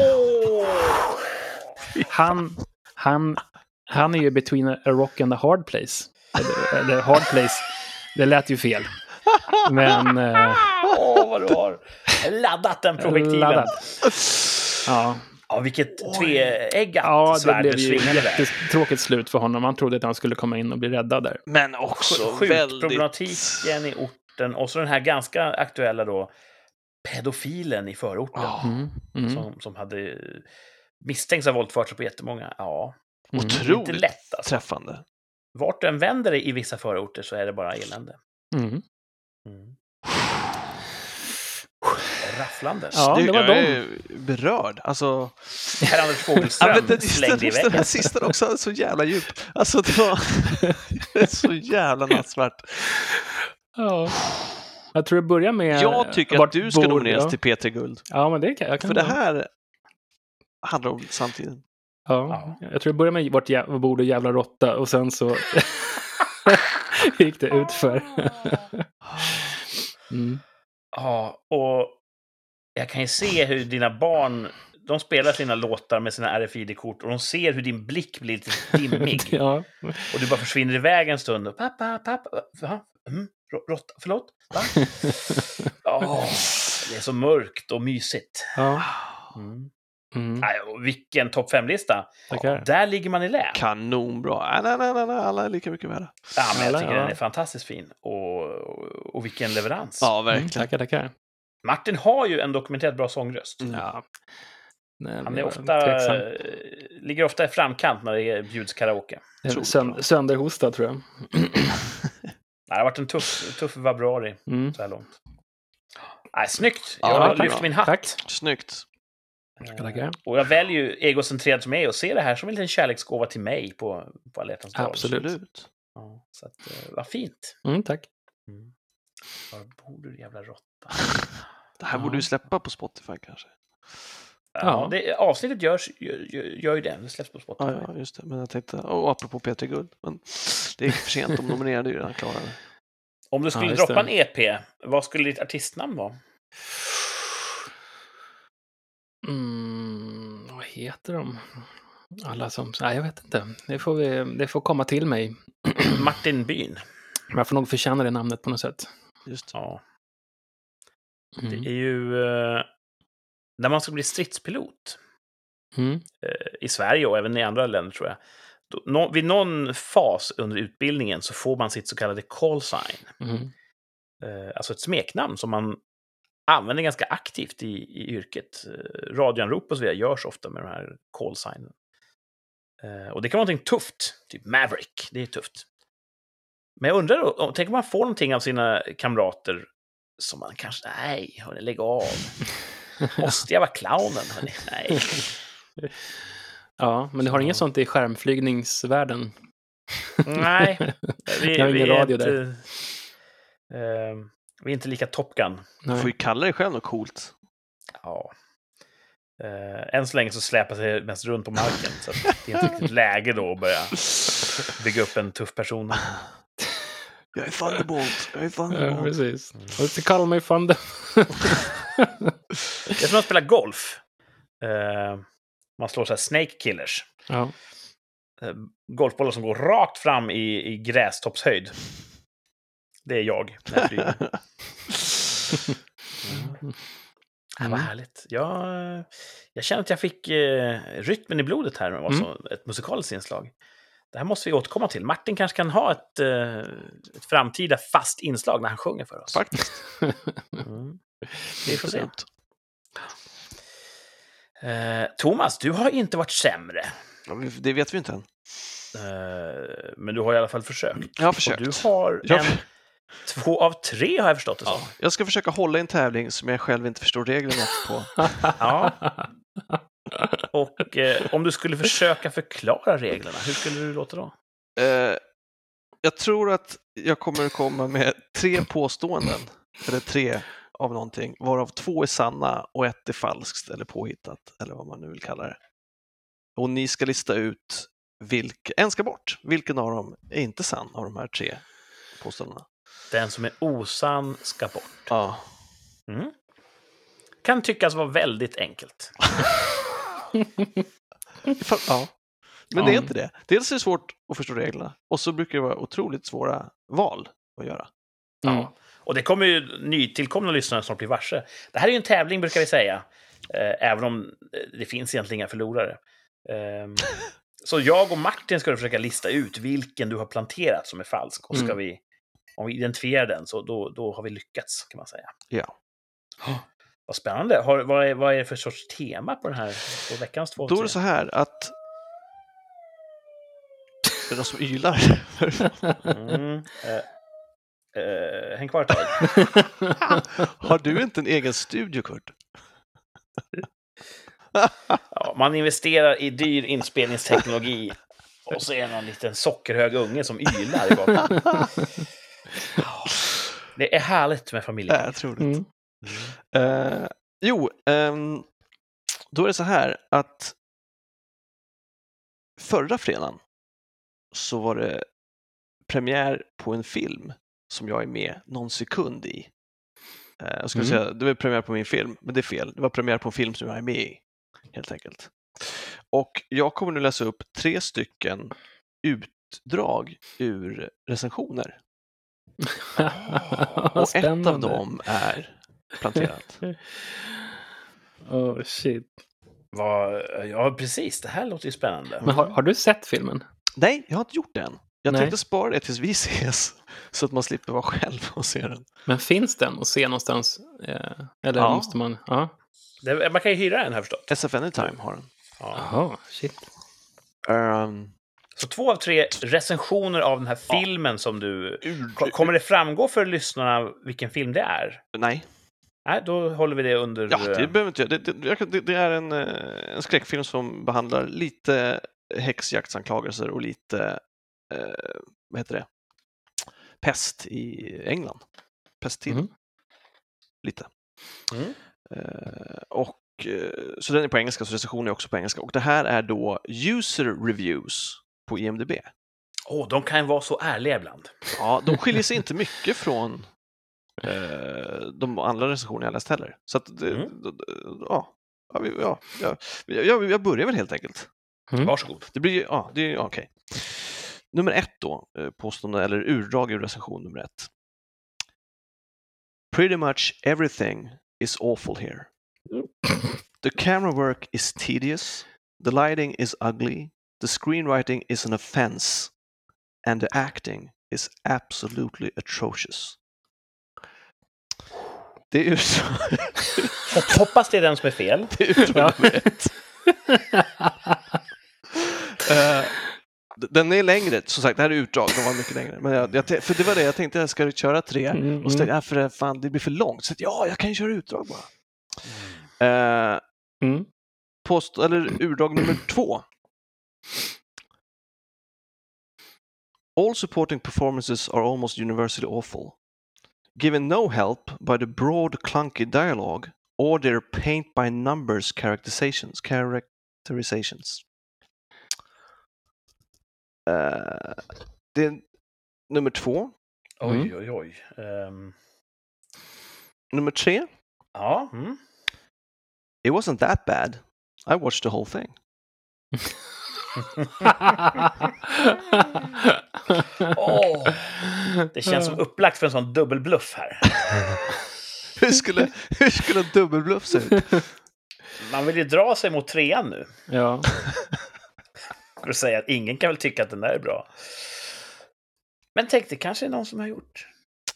Han, han, han är ju between a rock and a hard place. Eller, eller hard place, det lät ju fel. Men... Eh, Åh, vad du har laddat den projektilen. Laddat. Ja, Ja, vilket tveeggat ja det svärd blev du ju svingade där. jättetråkigt slut för honom. Han trodde att han skulle komma in och bli räddad där. Men också väldigt... Skjutproblematiken i orten och så den här ganska aktuella då pedofilen i förorten Ja. Mm, mm, som, som hade misstänkts ha våldfört sig på jättemånga. Ja, mm. Otroligt inte lätt alltså. träffande. Vart du än vänder dig i vissa förorter så är det bara elände. Mm. Mm. Rafflande. Ja, det var jag de. är berörd. Alltså... Per-Anders Ja, Fogelström men den, just den, slängde just den här iväg. sista också är så jävla djup. Alltså det var det är så jävla nattsvart. Ja. Jag tror det börjar med... Jag tycker vart att du ska bor- nomineras ja. till P T Guld. Ja, men det kan jag kan För det här handlar om samtiden. Ja. Jag tror det börjar med vart jä- var bor du jävla råtta och sen så... gick det ut för. mm. Ja, och jag kan ju se hur dina barn, de spelar sina låtar med sina R F I D-kort och de ser hur din blick blir lite dimmig. ja. Och du bara försvinner iväg en stund. Och, pappa, pappa, va? Mm, råtta, förlåt? Va? Oh, det är så mörkt och mysigt. Ja. Mm. Mm. Nej, och vilken topp fem-lista. Tackar. Där ligger man i lä. Kanonbra. Nej, nej, nej, nej, alla är lika mycket värda. Ja, men jag Alla, tycker ja. den är fantastiskt fin. Och, och, och vilken leverans. Ja, Mm, verkligen. tackar, tackar. Martin har ju en dokumenterat bra sångröst. Mm. Ja. Nej, Han men är jag ofta, tveksam. ligger ofta i framkant när det bjuds karaoke. Jag är tror Sönd- jag. sönderhostad, tror jag. Det har varit en tuff, tuff februari Mm. så här långt. Nej, snyggt! Ja, Jag tack. har lyft min hatt. Tack. Snyggt. Eh, Tackar. Och jag väljer ju egocentrerad som jag är och ser det här som en liten kärleksgåva till mig på, på alla hjärtans dag. Absolut. Absolut. Ja, så att, eh, vad fint. Mm, tack. Mm. Var bor du, jävla råtta? Det här Ja. borde vi släppa på Spotify kanske. Ja, Ja. det, avsnittet görs, gör, gör, gör ju det. Det släpps på Spotify. Ja, ja, just det. Men jag tänkte, och apropå P tre Guld, men det är för sent, de nominerade ju redan klara. Om du skulle Ja, just droppa det. en E P, vad skulle ditt artistnamn vara? Mm, vad heter de? Alla som... Nej, jag vet inte. Det får, vi, det får komma till mig. Martin Byn. Men jag får nog förtjäna det namnet på något sätt. Just det. Ja. Mm. Det är ju... Eh, när man ska bli stridspilot Mm. eh, i Sverige och även i andra länder, tror jag. Då, nå, vid någon fas under utbildningen så får man sitt så kallade call sign. Mm. Eh, alltså ett smeknamn som man använder ganska aktivt i, i yrket. Eh, radioanrop och så vidare görs ofta med de här call signen. Eh, och det kan vara någonting tufft. Typ Maverick, det är tufft. Men jag undrar, då, tänk om man får någonting av sina kamrater som man kanske, nej, hörni, lägg av. Måste jag vara clownen, hörni? Nej. Ja, men du har Så- inget sånt i skärmflygningsvärlden? Nej, vi, Jag har vi, ingen är radio inte, där. eh, vi är inte lika Top Gun. Du får ju Nej. kalla dig själv något coolt. Ja. Eh, än så länge så släpar sig mest runt på marken, så att det är inte riktigt läge då att börja bygga upp en tuff person. Jag är Thunderbolt, jag är Ja, Thunderbolt. precis. Och inte kalla mig Thunder. Det är som att spela golf. Eh, man slår så här snake killers. Ja. Eh, golfbollar som går rakt fram i, i grästoppshöjd. Det är jag. När jag flyger. Mm. Ja, vad härligt. Jag, jag känner att jag fick eh, rytmen i blodet här. Det var så ett musikaliskt inslag. Det här måste vi återkomma till. Martin kanske kan ha ett, eh, ett framtida fast inslag när han sjunger för oss. Faktiskt. Mm. Vi får se. Dumt. Eh, Thomas, du har inte varit sämre. Ja, vi- det vet vi inte än. Eh, men du har i alla fall försökt. Jag har Och försökt. du har Jag- en... Två av tre har jag förstått det som. Ja, jag ska försöka hålla i en tävling som jag själv inte förstår reglerna på. Ja. Och eh, om du skulle försöka förklara reglerna, hur skulle du låta då? Eh, jag tror att jag kommer att komma med tre påståenden, eller tre av någonting, varav två är sanna och ett är falskt eller påhittat, eller vad man nu vill kalla det. Och ni ska lista ut vilken, en ska bort, vilken av dem är inte sann av de här tre påståendena. Den som är osann ska bort. Ja. Mm. Kan tyckas vara väldigt enkelt. Ifall, ja. Men det är Ja. inte det. Dels är det svårt att förstå reglerna och så brukar det vara otroligt svåra val att göra. Mm. Ja. Och det kommer ju nytillkomna lyssnare som blir varse. Det här är ju en tävling, brukar vi säga. Eh, även om det finns egentligen inga förlorare. Eh, så jag och Martin ska försöka lista ut vilken du har planterat som är falsk. Och ska Mm. vi, om vi identifierar den, så då, då har vi lyckats, kan man säga. Ja. Vad spännande. Har, vad, är, vad är det för sorts tema på den här på veckans två? Då är det så här att det är någon som ylar. Mm. Eh, eh, häng kvar ett tag. Har du inte en egen studio, Kurt? Ja, man investerar i dyr inspelningsteknologi och så är det någon liten sockerhög unge som ylar i bakgrunden. Ja, det är härligt med familjen. Nej, jag tror det. Mm. Eh, jo, ehm, då är det så här att förra fredagen så var det premiär på en film som jag är med någon sekund i. Eh, jag skulle Mm. säga, det var premiär på min film, men det är fel. Det var premiär på en film som jag är med i, helt enkelt. Och jag kommer nu läsa upp tre stycken utdrag ur recensioner. Och ett av dem är planterat. Oh shit. Vad, ja, precis. Det här låter ju spännande. Men har, har du sett filmen? Nej, jag har inte gjort det än. Jag Nej. tänkte spara det tills vi ses, så att man slipper vara själv och se den. Men finns den att se någonstans? Eh, eller Ja. måste man... Ja. Det, man kan ju hyra den här förstått. S F Anytime har den. Ja. Jaha, shit. Um, Så två av tre recensioner av den här filmen som du... Ko- Kommer det framgå för lyssnarna vilken film det är? nej, Nej, då håller vi det under... ja, det behöver inte jag. Det, det, jag kan- det, det är en, eh, en skräckfilm som behandlar lite häxjaktsanklagelser och lite, eh, vad heter det, pest i England. Pesttiden. Mm. Lite. Mm. Eh, och, eh, så den är på engelska, så recensionen är också på engelska. Och det här är då user reviews på I M D B. Åh, de kan vara så ärliga ibland. Ja, de skiljer sig inte mycket från eh, de andra recensioner jag läst heller. Så att, det, Mm. d- d- ja, ja, vi- ja, ja, jag, jag börjar väl helt enkelt. Mm. Varsågod. Det blir ju, ja, det är ja, okej. Nummer ett då, eh, påstående eller urdrag ur recension nummer ett. Pretty much everything is awful here. The camera work is tedious, the lighting is ugly, the screenwriting is an offense, and the acting is absolutely atrocious. Det är ju så... Hop- Hoppas det är den som är fel. Det är urdrag nummer ett. Eh, Den är längre, som sagt, det här är utdrag, de var mycket längre. Men jag, jag, för det var det, jag tänkte jag ska köra tre, Mm, och så tänkte jag, "Ah, för det, fan, det blir för långt. Så att, ja, jag kan ju köra utdrag bara. Eh, Mm. post, eller urdrag nummer två. All supporting performances are almost universally awful. Given no help by the broad, clunky dialogue or their paint by numbers characterizations. characterizations. Eh, det är nummer två. Oj, Mm. oj, oj. Ehm, Nummer tre. ja. Mm. It wasn't that bad. I watched the whole thing. Åh, det känns som upplagt för en sån dubbelbluff här. Hur skulle, hur skulle en dubbelbluff se ut? Man vill ju dra sig mot trean nu. Ja. För att säga att ingen kan väl tycka att den där är bra. Men tänk, det kanske är någon som har gjort.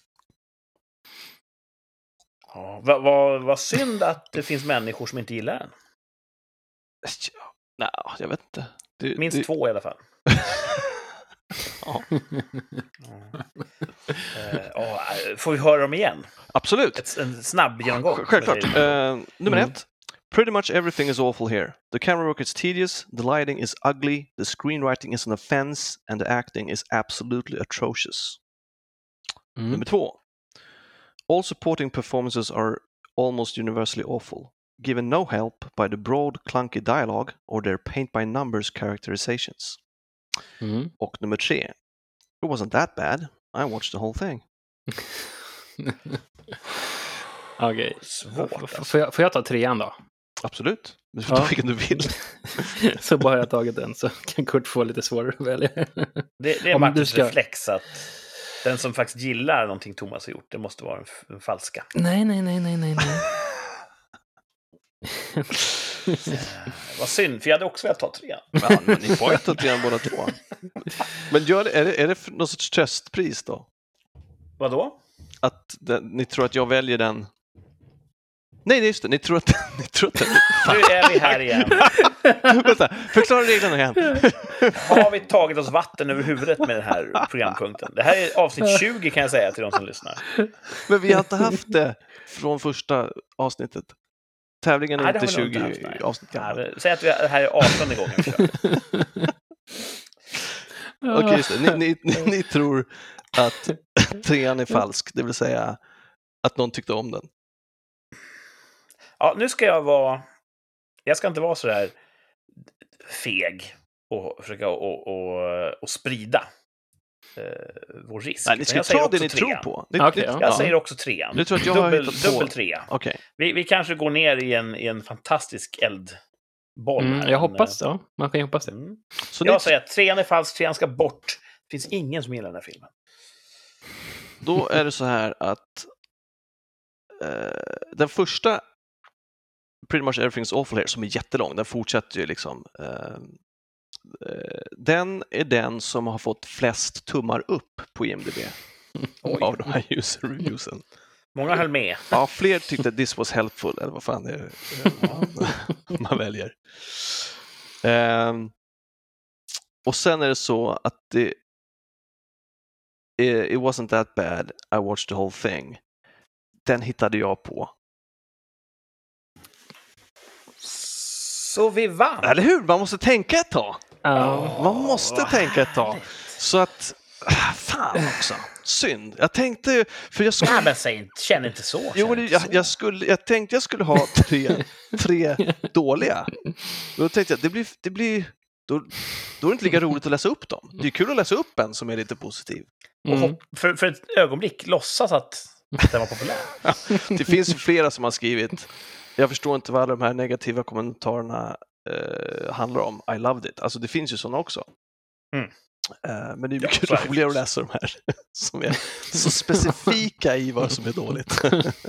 Ja, vad vad vad synd att det finns människor som inte gillar den. Ja, nej, jag vet inte. Det, Minst det, två i alla fall. Ja, Ja. Eh, ja, får vi höra dem igen? absolut. Ett, en snabb genomgång. Självklart. Uh, nummer Mm. ett. Pretty much everything is awful here. The camera work is tedious, the lighting is ugly, the screenwriting is an offense, and the acting is absolutely atrocious. Mm. Nummer två. All supporting performances are almost universally awful, given no help by the broad, clunky dialogue or their paint-by-numbers characterizations. Mm. Och nummer tre. It wasn't that bad. I watched the whole thing. Okej. Svårt, F- alltså. Får jag, får jag ta trean då? Absolut. Du får ta Ja. vilken du vill. Så bara har jag tagit den, så kan Kurt få lite svårare att välja. Det, det är Om Martins du ska- reflex att den som faktiskt gillar någonting Thomas har gjort, det måste vara en, f- en falska. Nej, nej, nej, nej, nej, nej. Eh, vad synd, för jag hade också velat ta trean. Ja, men ni får ju ta till båda två. Men gör det, är det, är det för någon sorts tröstpris då? Vadå? Att den, ni tror att jag väljer den? Nej, det är just det. Ni tror att, ni tror att den... Nu är vi här igen. Vänta, förklara reglerna igen. Har vi tagit oss vatten över huvudet med den här programpunkten? Det här är avsnitt tjugo kan jag säga till de som lyssnar. Men vi har inte haft det från första avsnittet. Tävlingen är Nej, det inte har vi nog tjugo inte haft, nej. avsnitt gammal. Nej, säg att vi, det här är artonde gången vi kör. Okej, just det. Ni, ni, ni, ni tror att trean är falsk, det vill säga att någon tyckte om den. Ja, nu ska jag vara... Jag ska inte vara så där feg och försöka och, och, och sprida. eh, vår risk. Nej, ni ska jag ta det ni trean. tror på. Ni, Okej, ni, ja. Jag säger också trean. Du tror att jag har dubbel, hittat på? dubbel trea. Okej. Vi, vi kanske går ner i en, i en fantastisk eldboll. Mm, här, jag men, hoppas, ja. Man kan ju hoppas det. Mm. Så ni, Jag säger att trean är falsk, trean ska bort. Det finns ingen som gillar den här filmen. då är det så här att eh, den första Pretty Much Everything's Awful Here, som är jättelång, den fortsätter ju liksom. Eh, eh, den är den som har fått flest tummar upp på I M D B av de här user reviewsen. Många höll med. Ja, fler tyckte att this was helpful, eller vad fan det är man väljer. Um, och sen är det så att det it wasn't that bad, I watched the whole thing. Den hittade jag på. Så vi vann! Eller hur? Man måste tänka ett tag. Ja. Man måste vad tänka ett tag. härligt. Så att, fan också. Synd. Jag tänkte, för jag skulle... Nej, men säg, känn inte så. Jo, känn men inte jag, så. jag, skulle, jag tänkte jag skulle ha tre, tre dåliga. Då tänkte jag, det blir, det blir då, då är det inte lika roligt att läsa upp dem. Det är kul att läsa upp en som är lite positiv. Och Mm. hopp, för, för ett ögonblick låtsas att den var populär. Det finns ju flera som har skrivit, jag förstår inte vad alla de här negativa kommentarerna eh, handlar om. I loved it. Alltså det finns ju sådana också. Mm. Eh, men det är Ja, mycket så är det roligare att förstås. läsa de här som är så specifika i vad som är dåligt.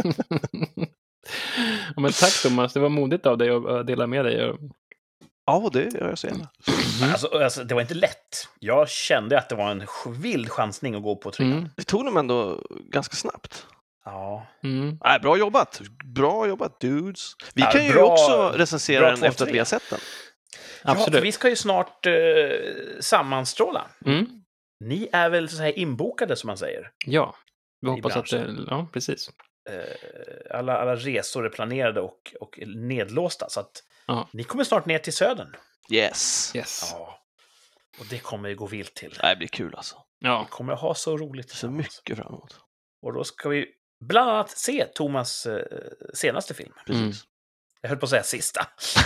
Ja, men tack Thomas, det var modigt av dig att dela med dig. Ja, det gör jag så gärna. Alltså, alltså, det var inte lätt. Jag kände att det var en vild chansning att gå på trean. Mm. Det tog dem ändå ganska snabbt. Ja. Mm. Nej, bra jobbat. Bra jobbat, dudes. Vi Ja, kan ju bra- också recensera bra den två, efter att tre. vi har sett den. Ja, Absolut. vi ska ju snart eh, sammanstråla. Mm. Ni är väl så att säga inbokade, som man säger. Ja, vi I hoppas att det... branschen. Ja, precis. Eh, alla, alla resor är planerade och, och nedlåsta. Så att Ja. ni kommer snart ner till södern. Yes. Yes. Ja. Och det kommer ju gå vilt till. Nej, det blir kul alltså. Ja. Vi kommer ha så roligt Så tillsammans. mycket fram emot. Och då ska vi bland annat se Thomas eh, senaste film. Precis. Mm. Jag höll på att säga sista.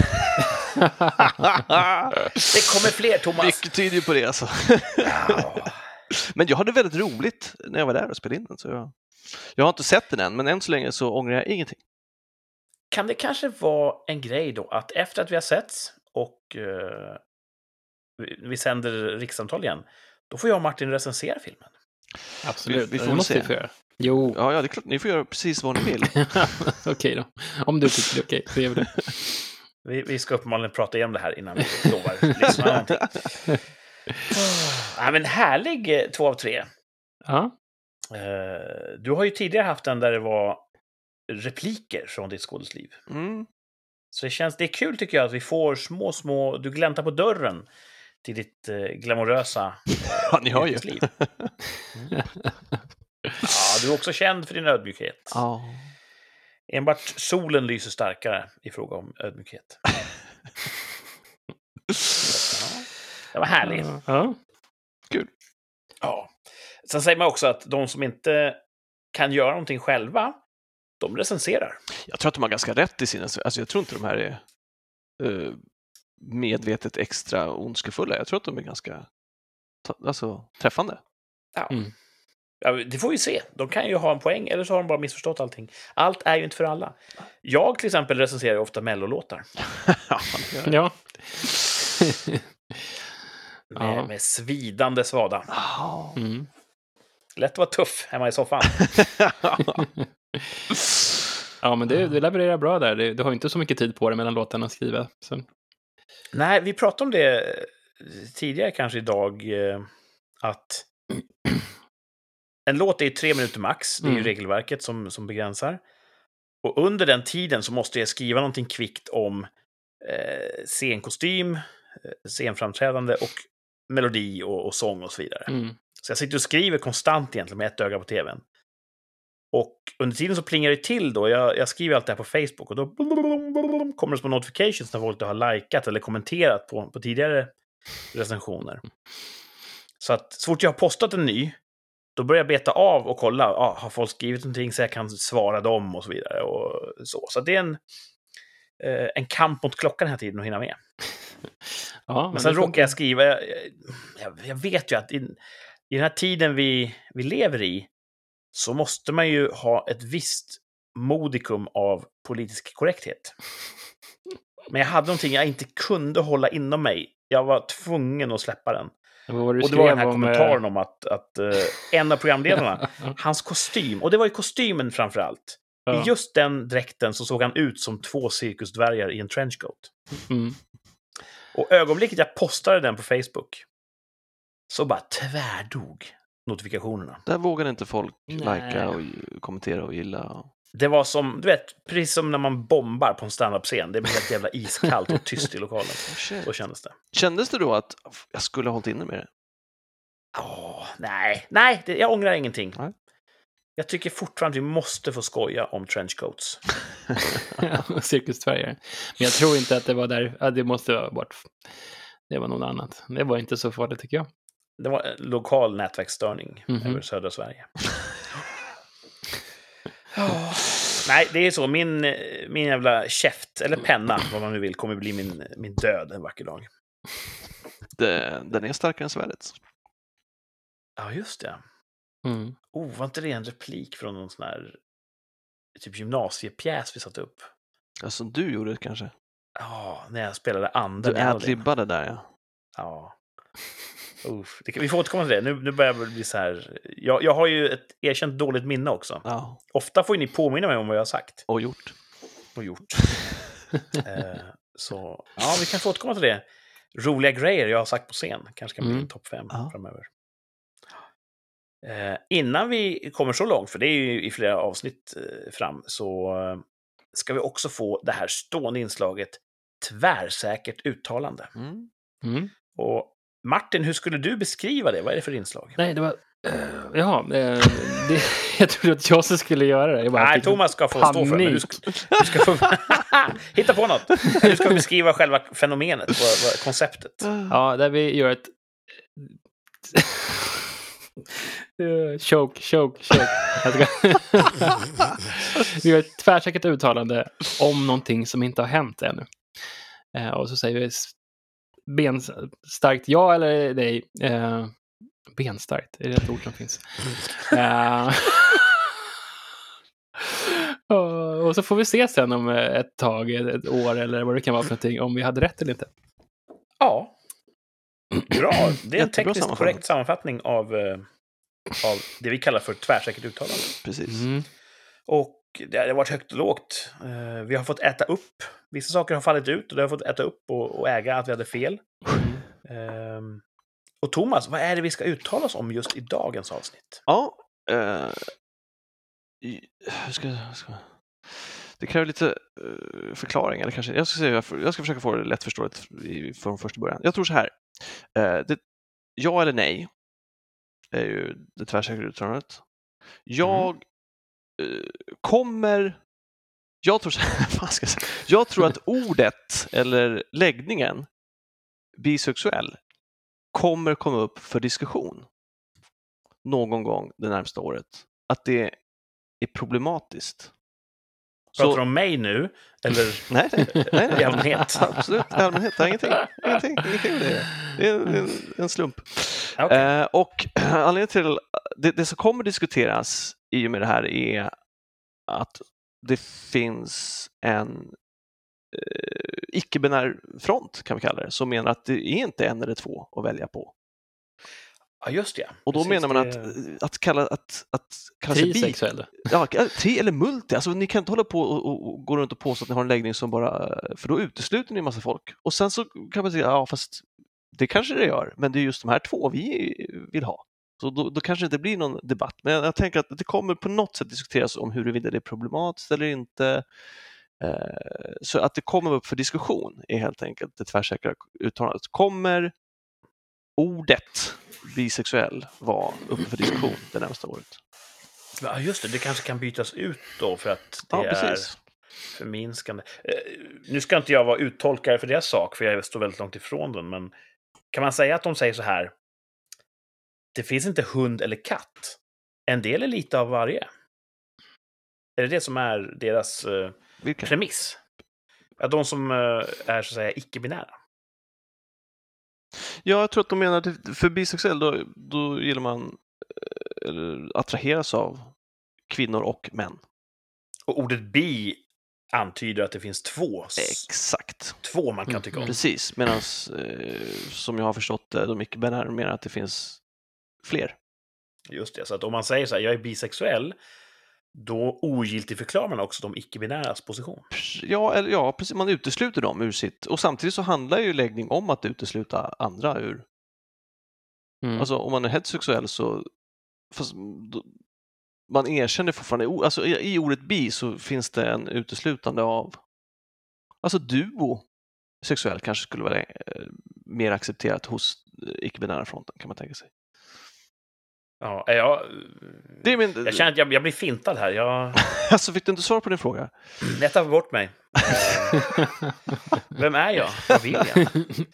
Det kommer fler, Thomas. Mycket tyder ju på det alltså. Ja. Men jag hade väldigt roligt när jag var där och spelade in den. Så jag, jag har inte sett den än, men än så länge så ångrar jag ingenting. Kan det kanske vara en grej då att efter att vi har sett och eh, vi, vi sänder rikssamtal igen, då får jag och Martin recensera filmen. Absolut, Vi- vi får det väl måste se. vi få göra. Jo, Ja, ja, det är klart. Ni får göra precis vad ni vill. okej då. Om du tycker det är okej, så gör vi det. Vi, vi ska uppenbarligen prata igenom det här innan vi lovar lyssna någonting. Ja, men härlig eh, två av tre. Ja, Eh, du har ju tidigare haft den där det var repliker från ditt skådesliv. Mm. Så det känns, det är kul tycker jag att vi får små, små, du gläntar på dörren till ditt eh, glamorösa Ja, ni har ju. yrkesliv. Mm. Ja, du är också känd för din ödmjukhet. Ja. Enbart solen lyser starkare i fråga om ödmjukhet. Ja, det var härligt. ja. Ja. Sen säger man också att de som inte kan göra någonting själva, de recenserar. Jag tror att de har ganska rätt i sina... Alltså jag tror inte de här är eh, medvetet extra ondskefulla. Jag tror att de är ganska ta, alltså, träffande. Ja. Mm. Ja, det får vi se. De kan ju ha en poäng, eller så har de bara missförstått allting. Allt är ju inte för alla. Jag till exempel recenserar ofta mellolåtar. Ja, man gör det. Ja. Med, Ja. med svidande svada. Ja. Mm. Lätt att vara tuff hemma i soffan. Ja, men det, det levererar bra där. Du, du har inte så mycket tid på det mellan låtarna att skriva. Så. Nej, vi pratade om det tidigare kanske idag. eh, Att en låt är ju tre minuter max. Det är ju Mm. regelverket som, som begränsar. Och under den tiden så måste jag skriva någonting kvickt om eh, scenkostym, eh, scenframträdande och melodi och, och sång och så vidare. Mm. Så jag sitter och skriver konstant egentligen med ett öga på tvn. Och under tiden så plingar det till då. Jag, jag skriver allt det här på Facebook och då kommer det små notifications när folk då har likat eller kommenterat på, på tidigare recensioner. Så att så fort jag har postat en ny, då börjar jag beta av och kolla, ah, har folk skrivit någonting så jag kan svara dem och så vidare. Och så så det är en, eh, en kamp mot klockan hela tiden att hinna med. Ja, Men sen det råkar jag skriva, jag, jag, jag vet ju att in, i den här tiden vi, vi lever i så måste man ju ha ett visst modikum av politisk korrekthet. Men jag hade någonting jag inte kunde hålla inom mig. Jag var tvungen att släppa den. Vad var det du Och det var den här skrev om, kommentaren eh, om att, att uh, en av programledarna, hans kostym, och det var ju kostymen framför allt. Ja. I just den dräkten så såg han ut som två cirkusdvärgar i en trenchcoat. Mm. Och ögonblicket jag postade den på Facebook så bara tvärdog notifikationerna. Där vågar inte folk Nej. likea och kommentera och gilla. Det var som, du vet, precis som när man bombar på en standup-scen. Det blir helt jävla iskallt och tyst i lokalen. Shit. Så kändes det. Kändes det då att jag skulle ha hållit inne med det? Åh, nej, nej, det, jag ångrar ingenting. Nej. Jag tycker fortfarande vi måste få skoja om trenchcoats. Cirkusdvärgar. Men jag tror inte att det var där. Ja, det måste ha varit. Det var något annat. Det var inte så farligt tycker jag. Det var en lokal nätverksstörning Mhm. över södra Sverige. Oh. Nej, det är så. Min, min jävla käft, eller penna, vad man nu vill, kommer bli min, min död en vacker dag. Det, den är starkare än svärdet. Ja, just det. Mm. Oh, var inte det en replik från någon sån här typ gymnasiepjäs vi satt upp? Alltså du gjorde det kanske. Ja, när jag spelade anden. Du adlibbade där, ja. Ja. Uff, det kan, vi får återkomma till det. Nu, nu börjar det bli så här. Jag, jag har ju ett erkänt dåligt minne också. Ja, Ofta får ju ni påminna mig om vad jag har sagt och gjort. och gjort. eh, så ja, vi kan få återkomma till det. Roliga grejer jag har sagt på scen. Kanske kan bli Mm. en topp fem Ja. framöver. Eh, innan vi kommer så långt, för det är ju i flera avsnitt eh, fram, så eh, ska vi också få det här stående inslaget tvärsäkert uttalande. Mm. Mm. Och Martin, hur skulle du beskriva det? Vad är det för inslag? Nej, det var... Uh, jaha, eh, det, jag trodde att jag som skulle göra det. Jag bara Nej, fick Thomas ska få stå för det. Men du ska, du ska få hitta på något. Du ska beskriva själva fenomenet, vad, vad, konceptet. Ja, där vi gör ett... Uh, choke, choke, choke. Jag ska... vi gör ett tvärsäkert uttalande om någonting som inte har hänt ännu. Uh, och så säger vi s- benstarkt ja eller nej. Uh, benstarkt, är det ett ord som finns? Uh, och, och så får vi se sen om ett tag, ett, ett år eller vad det kan vara för någonting, om vi hade rätt eller inte. Ja. Bra. Det är en Jättebra tekniskt sammanfattning. korrekt sammanfattning av, eh, av det vi kallar för tvärsäkert uttalande. Precis. Mm. Och det har varit högt och lågt. Eh, vi har fått äta upp. Vissa saker har fallit ut och det har fått äta upp och, och äga att vi hade fel. Eh, och Thomas, vad är det vi ska uttala oss om just i dagens avsnitt? Ja, eh, i- hur ska, hur ska, det kräver lite eh, förklaring, eller kanske, jag ska, säga, jag ska försöka få det lättförståeligt i- från första början. Jag tror så här, eh, det, ja eller nej är ju det tvärsäkra uttalandet. Jag eh, kommer, jag tror så här, vad ska jag säga? Jag tror att ordet eller läggningen bisexuell kommer komma upp för diskussion någon gång det närmsta året. Att det är problematiskt. Pratar du om mig nu? Eller Nej, nej, nej, nej. i allmänhet? Absolut, i allmänhet. Det är ingenting. Ingenting, ingenting med det. Det är en, en, en slump. Okej. Eh, och anledningen till det, det som kommer diskuteras i och med det här är att det finns en eh, icke-binär front, kan vi kalla det, som menar att det är inte en eller två att välja på. Ja, just det. Och då Precis, menar man det- att, att kalla, att, att kalla sig bi, Trisexuell. ja, tri eller multi, alltså ni kan inte hålla på och, och, och gå runt och påstå att ni har en läggning som bara, för då utesluter ni en massa folk. Och sen så kan man säga, ja fast det kanske det gör, men det är just de här två vi vill ha. Så då, då kanske det inte blir någon debatt. Men jag, jag tänker att det kommer på något sätt diskuteras om huruvida det är problematiskt eller inte. Eh, så att det kommer upp för diskussion är helt enkelt det tvärsäkra uttalandet. Kommer ordet bisexuell vara uppe för diskussion det närmaste året? Ja, just det. Det kanske kan bytas ut då för att det Ja, är precis. förminskande. Eh, nu ska inte jag vara uttolkare för deras sak, för jag står väldigt långt ifrån den, men kan man säga att de säger så här: det finns inte hund eller katt. En del är lite av varje. Är det det som är deras eh, Vilka? premiss? Att de som eh, är så att säga icke-binära. Ja, jag tror att de menar att för bisexuell då, då gillar man eh, eller attraheras av kvinnor och män. Och ordet bi antyder att det finns två. s- Exakt. Två man kan Mm, tycka om. Precis, medan eh, som jag har förstått det, de icke-binära menar att det finns fler. Just det, så att om man säger så här, jag är bisexuell, då ogiltigförklarar man också de icke-binäras position. Ja, eller, ja, precis, man utesluter dem ur sitt... Och samtidigt så handlar ju läggning om att utesluta andra ur... Mm. Alltså om man är heterosexuell så... Fast, då, man erkänner fortfarande... o- Alltså i, i ordet bi så finns det en uteslutande av... Alltså duo sexuell kanske skulle vara eh, mer accepterat hos eh, icke-binära fronten, kan man tänka sig. Ja, jag, Det är min... jag känner att jag, jag blir fintad här. Jag, Alltså fick du inte svar på din fråga? jag tar bort mig. Vem är jag? Vad vill jag?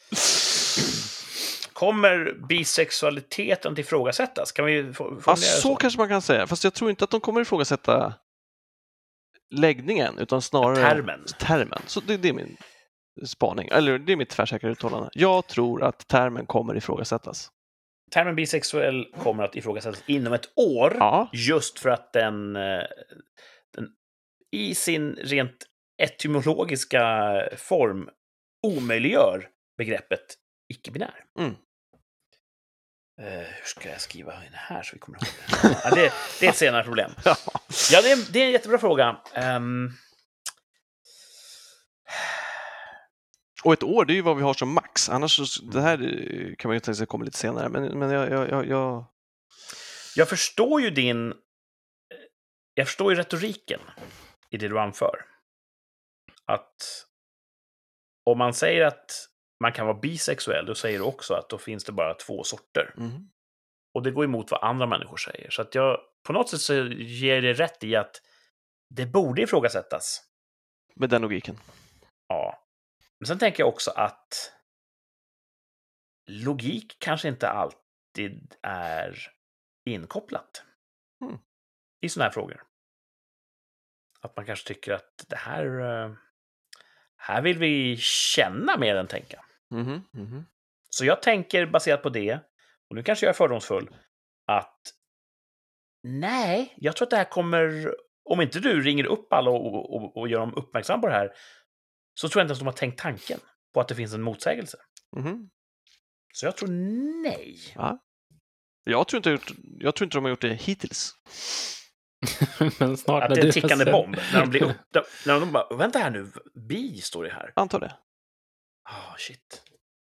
Kommer bisexualiteten till ifrågasättas? Kan vi få, få Ja, så kanske man kan säga. Fast jag tror inte att de kommer ifrågasätta läggningen, utan snarare Termen. termen. Så det, det är min spaning, eller det är mitt tvärsäkra uttalande. Jag tror att termen kommer ifrågasättas. Termen bisexuell kommer att ifrågasättas inom ett år. Ja, Just för att den, eh, den i sin rent etymologiska form omöjliggör begreppet icke-binär. Mm. Eh, hur ska jag skriva in här så vi kommer ihåg det? Ja, det, det är ett senare problem. Ja, det är, det är en jättebra fråga. Um, och ett år, det är ju vad vi har som max. Annars, så, det här eh, kan man ju tänka sig komma lite senare. Men, men jag, jag, jag, jag... jag förstår ju din... Jag förstår ju retoriken i det du anför. Att om man säger att man kan vara bisexuell, då säger du också att då finns det bara två sorter. Mm. Och det går emot vad andra människor säger. Så att jag på något sätt så ger det rätt i att det borde ifrågasättas. Med den logiken. Ja. Men sen tänker jag också att logik kanske inte alltid är inkopplat Mm. i såna här frågor. Att man kanske tycker att det här eh, här vill vi känna mer än tänka. Mhm, mhm. Så jag tänker baserat på det, och nu kanske jag är fördomsfull, att nej, jag tror att det här kommer, om inte du ringer upp alla och, och, och gör dem uppmärksam på det här, så tror jag inte ens de har tänkt tanken på att det finns en motsägelse. Mhm. Så jag tror nej. Ja. Jag, tror inte, jag, gjort, jag tror inte de har gjort det hittills. Men snart Att när det är en du tickande ser- bomb. När de blir upp, när de bara, vänta här nu, bi står det här. Antar det. Ah, shit.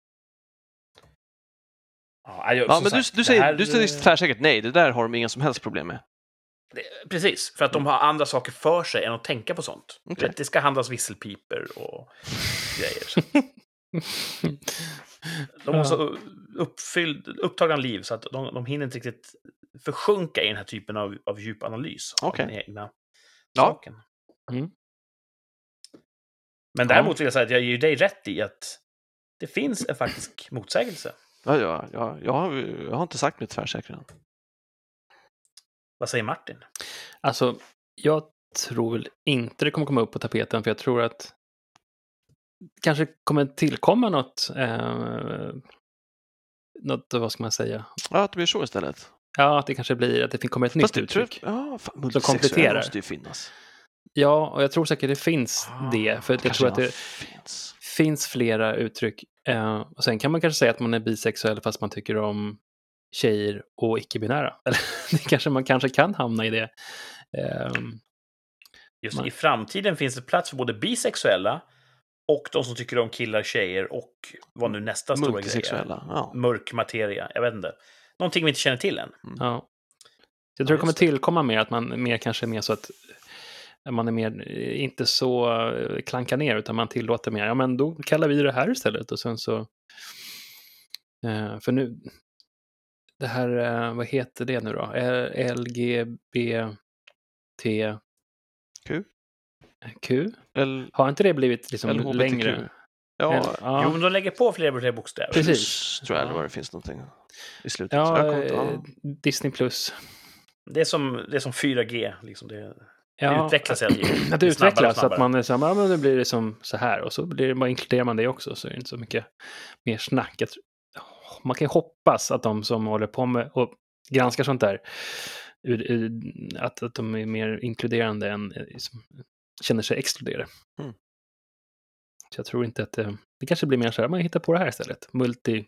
Ah, jag, Ja, som men du, sagt, du det säger, här- du säger tvärsäkert nej, det där har de inga som helst problem med. Det, precis, för att de har andra saker för sig än att tänka på sånt. Du Okej. vet, det ska handlas visselpiper och grejer. De har så uppfylld, upptagna liv så att de, de hinner inte riktigt försjunka i den här typen av, av djup analys av Okej. den egna Ja. saken. Mm. Men däremot vill jag säga att jag ger ju dig rätt i att det finns en faktisk motsägelse. Ja, ja, ja, jag, har, jag har inte sagt mitt tvärsäkra än. Vad säger Martin? Alltså, jag tror väl inte det kommer komma upp på tapeten, för jag tror att kanske kommer tillkomma något, eh, något, vad ska man säga? Ja, att det blir så istället. Ja, att det kanske blir att det kommer ett Fast nytt det tror uttryck. jag, ja, fan, kompletterar. multisexuell måste ju finnas. Ja, och jag tror säkert det finns det, för jag Kanske tror att ja, det finns. finns flera uttryck. Eh, och sen kan man kanske säga att man är bisexuell fast man tycker om tjejer och icke-binära. Eller det kanske man kanske kan hamna i det. Eh, Just Man- i framtiden finns det plats för både bisexuella och de som tycker om killar, tjejer och vad nu nästa stora grej är. Multisexuella, ja. Mörk materia, jag vet inte. Någonting vi inte känner till än. ja. Så jag tror Ja, det kommer just det. tillkomma mer att man mer kanske är mer så att man är mer, eh, inte så eh, klankar ner, utan man tillåter mer. Ja, men då kallar vi det här istället. Och sen så, eh, för nu, det här, eh, vad heter det nu då? Eh, L G B T Q? Q? L- Har inte det blivit liksom L H B T Q. längre? Ja, Eller- ja. Jo, men de lägger på fler och fler bokstäver. Precis. plus, tror jag, eller Ja. vad det finns någonting i slutet. Ja, Jag kommer inte- eh, ja. Disney plus. Det är som, det är som fyra G. Liksom. Det, det Ja, utvecklas hela tiden. att det är snabbare och utvecklas så att snabbare. man är så här, ja, men nu blir det som så här, och så blir det, bara inkluderar man det också, så är det inte så mycket mer snack. Jag tror- man kan ju hoppas att de som håller på med och granskar sånt där, att, att de är mer inkluderande än som känner sig exkluderade. Mm. Så jag tror inte att det, det kanske blir mer så här, man hittar på det här istället. Multi,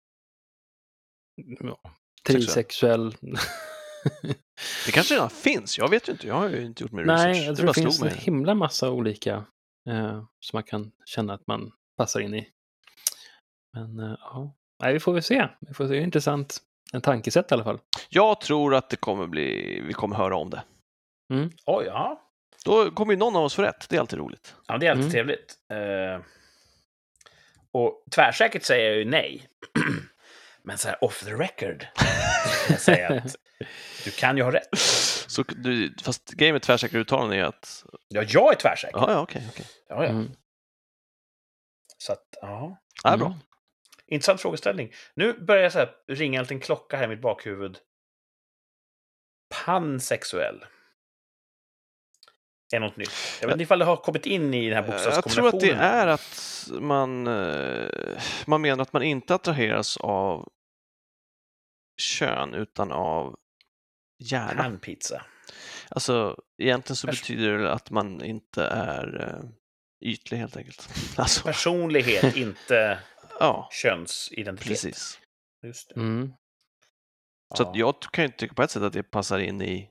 ja, trisexuell. Det kanske redan finns, jag vet ju inte, jag har ju inte gjort min research. Nej, jag tror det, det finns en mig. himla massa olika eh, som man kan känna att man passar in i. Men eh, ja, nej, vi får väl se. Vi får se, det är intressant. En tankesätt i alla fall. Jag tror att det kommer bli, vi kommer höra om det. Mm. Oj, ja. Då kommer ju någon av oss få rätt, det är alltid roligt. Ja, det är alltid Mm. trevligt. Uh, och tvärsäkert säger jag ju nej. Men så här off the record kan jag säga att du kan ju ha rätt. Så du, fast grejen med tvärsäkra uttalanden är att... Ja, jag är tvärsäker. Ja, ja, okej, okej. Ja, ja. Mm. Så att, ja. Ja, bra. Mm. Intressant frågeställning. Nu börjar jag så här ringa en liten klocka här i mitt bakhuvud. Pansexuell. Är något nytt. Jag vet inte ifall det har kommit in i den här Jag bokstavskombinationen. tror att det är att man, eh, man menar att man inte attraheras av kön utan av hjärna. Panpizza. Alltså, egentligen så Pers- betyder det att man inte är eh, ytlig helt enkelt. Alltså, Personlighet, inte ja, könsidentitet. precis. Just det. Mm. Så Ja. att jag kan ju tycka på ett sätt att det passar in i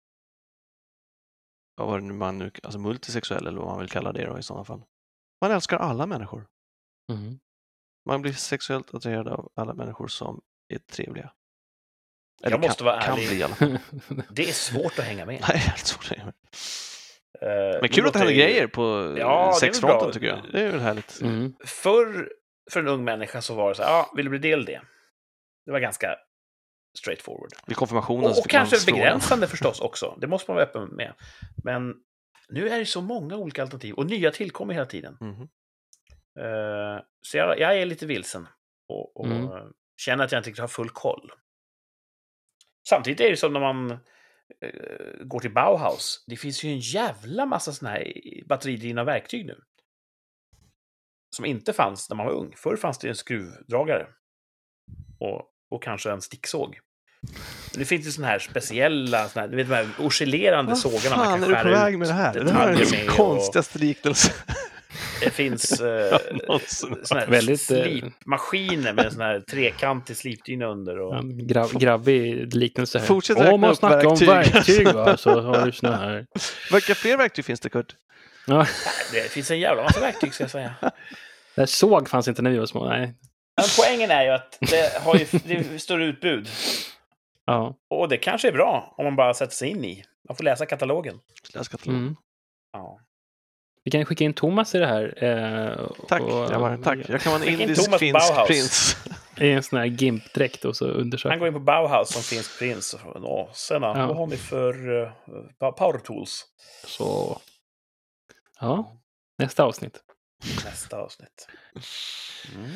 vad var det nu man nu, alltså multisexuell eller vad man vill kalla det då i sådana fall. Man älskar alla människor. Mm. Man blir sexuellt attraherad av alla människor som är trevliga. Eller Jag måste kan, vara kan ärlig. bli i alla fall. Det är svårt att hänga med. Nej, helt svårt. Men Uh, kul att det händer grejer på Ja, ja, det är väl sexfronten bra. tycker jag. Det är väl härligt. Mm. Förr, för en ung människa så var det så här, ja, vill du bli del det? Det var ganska straightforward. Vid konfirmationen Och, så och fick man kanske frågan. begränsande förstås också. Det måste man vara öppen med. Men nu är det så många olika alternativ. Och nya tillkommer hela tiden. Mhm. Uh, så jag, jag är lite vilsen. Och, och Mm. känner att jag inte riktigt har full koll. Samtidigt är det som när man uh, går till Bauhaus. Det finns ju en jävla massa såna här batteridrivna verktyg nu. Som inte fanns när man var ung. Förr fanns det en skruvdragare. Och, och kanske en sticksåg. Nu finns det såna här speciella, såna här, du vet, de här oscillerande sågarna man kan Fan, är du skära på väg ut med det här? Det här detaljer är med den och- konstigaste liknelse. Det finns eh, någonsin. såna här Väldigt, eh, slipmaskiner med en sån här trekantig slipdyna under. Och... Ja, grav, grabbig liknelse här. Fortsätt Om räkna man upp snackar om verktyg. verktyg va, så har du såna här. Vilka fler verktyg finns det, Kurt? Ja, Det finns en jävla massa verktyg ska jag säga. det här såg fanns inte när vi var små. Nej. Men poängen är ju att det har ju det är större utbud. Ja. Och det kanske är bra om man bara sätter sig in i. Man får läsa katalogen. Läskatalog. Mm. Ja. Vi kan skicka in Thomas i det här. Eh, Tack, och, grabbar. Tack. Jag kan vara en Skicka in indisk Thomas finsk Bauhaus. prins. I en sån här gimpdräkt och så undersöka. Han går in på Bauhaus som finsk prins. Och frågar, Åh, sen, Ja. vad har ni för uh, power tools? Så. Ja, nästa avsnitt. Nästa avsnitt. Mm.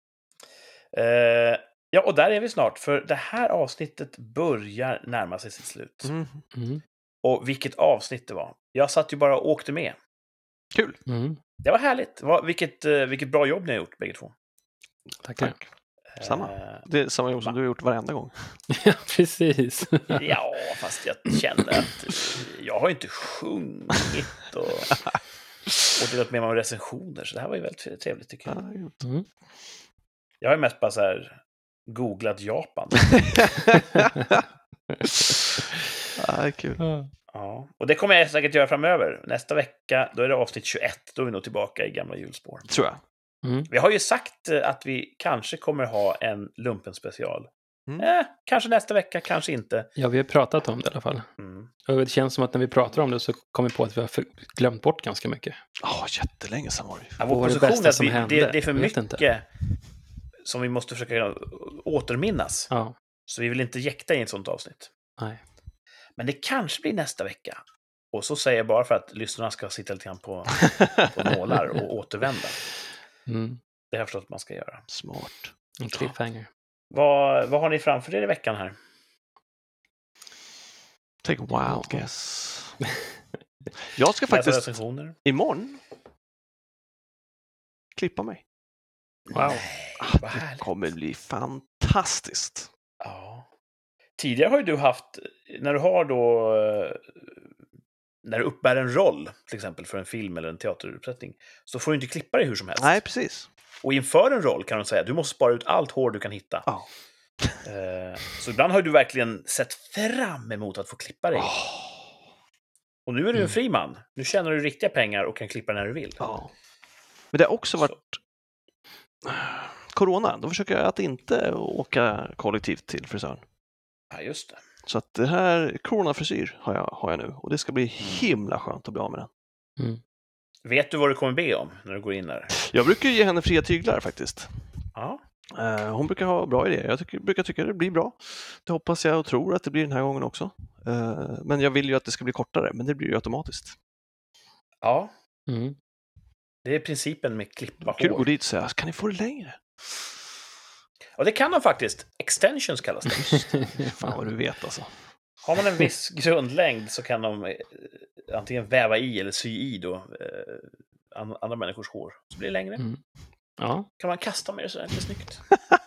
Eh, ja, och där är vi snart. För det här avsnittet börjar närma sig sitt slut. Mm. Mm. Och vilket avsnitt det var. Jag satt ju bara och åkte med. Kul. Mm. Det var härligt. Vad- Vilket, eh, vilket bra jobb ni har gjort, bägge två. Tackar. Tack. Samma. Eh, Det är samma jobb som Va? du har gjort varenda gång. Ja, precis. Ja, fast jag kände att jag har ju inte sjungit och, och delat med mig av recensioner. Så det här var ju väldigt trevligt tycker jag. Ja, grymt. Mm. Jag har ju mest bara så här googlat Japan. Ja, det är kul. Ja. Ja, och det kommer jag säkert göra framöver. Nästa vecka, då är det avsnitt tjugoett. Då är vi nog tillbaka i gamla hjulspår. Tror jag. Mm. Vi har ju sagt eh, att vi kanske kommer ha en lumpen-special. Mm. Eh, kanske nästa vecka, kanske inte. Ja, vi har pratat om det i alla fall. Mm. Och det känns som att när vi pratar om det så kommer vi på att vi har för- glömt bort ganska mycket. Ja, jättelänge sedan var det. Ja, Vad vår var det position bästa är att som vi, hände? det, det är för Jag vet mycket inte. som vi måste försöka återminnas. Ja, Så vi vill inte jäkta i ett sånt avsnitt. nej. Men det kanske blir nästa vecka. Och så säger jag bara för att lyssnarna ska sitta lite grann på, på nålar och återvända. Mm. Det har jag förstått att man ska göra. Smart. En cliffhanger. Vad, vad har ni framför er i veckan här? Take a wild guess. Jag ska Läsa faktiskt recensioner? imorgon klippa mig. Wow. Nej. Vad Det härligt. kommer bli fantastiskt. Ja. Tidigare har ju du haft, när du har då, eh, när du uppbär en roll, till exempel för en film eller en teateruppsättning, så får du inte klippa dig hur som helst. Nej, precis. Och inför en roll kan de säga, du måste spara ut allt hår du kan hitta. Ja. Eh, så ibland har du verkligen sett fram emot att få klippa dig. Och nu är du en fri man. Nu tjänar du riktiga pengar och kan klippa när du vill. Ja. Men det har också varit corona. Då försöker jag att inte åka kollektivt till frisören. Ja, just det. Så att det här coronafrisyr har jag, har jag nu. Och det ska bli himla skönt att bli av med den. Mm. Vet du vad du kommer be om när du går in där? Jag brukar ge henne fria tyglar faktiskt. Ja. Uh, hon brukar ha bra idéer. Jag tycker, brukar tycka det blir bra. Det hoppas jag och tror att det blir den här gången också. Uh, men jag vill ju att det ska bli kortare. Men det blir ju automatiskt. Ja, Mm. det är principen med klippa Kul att gå hår. dit och säga, kan ni få det längre? Och det kan de faktiskt. Extensions kallas det. Fan vad du vet alltså. Har man en viss grundlängd så kan de eh, antingen väva i eller sy i då, eh, an- andra människors hår. Så blir det längre. Mm. Ja. Kan man kasta med det så är det lite snyggt.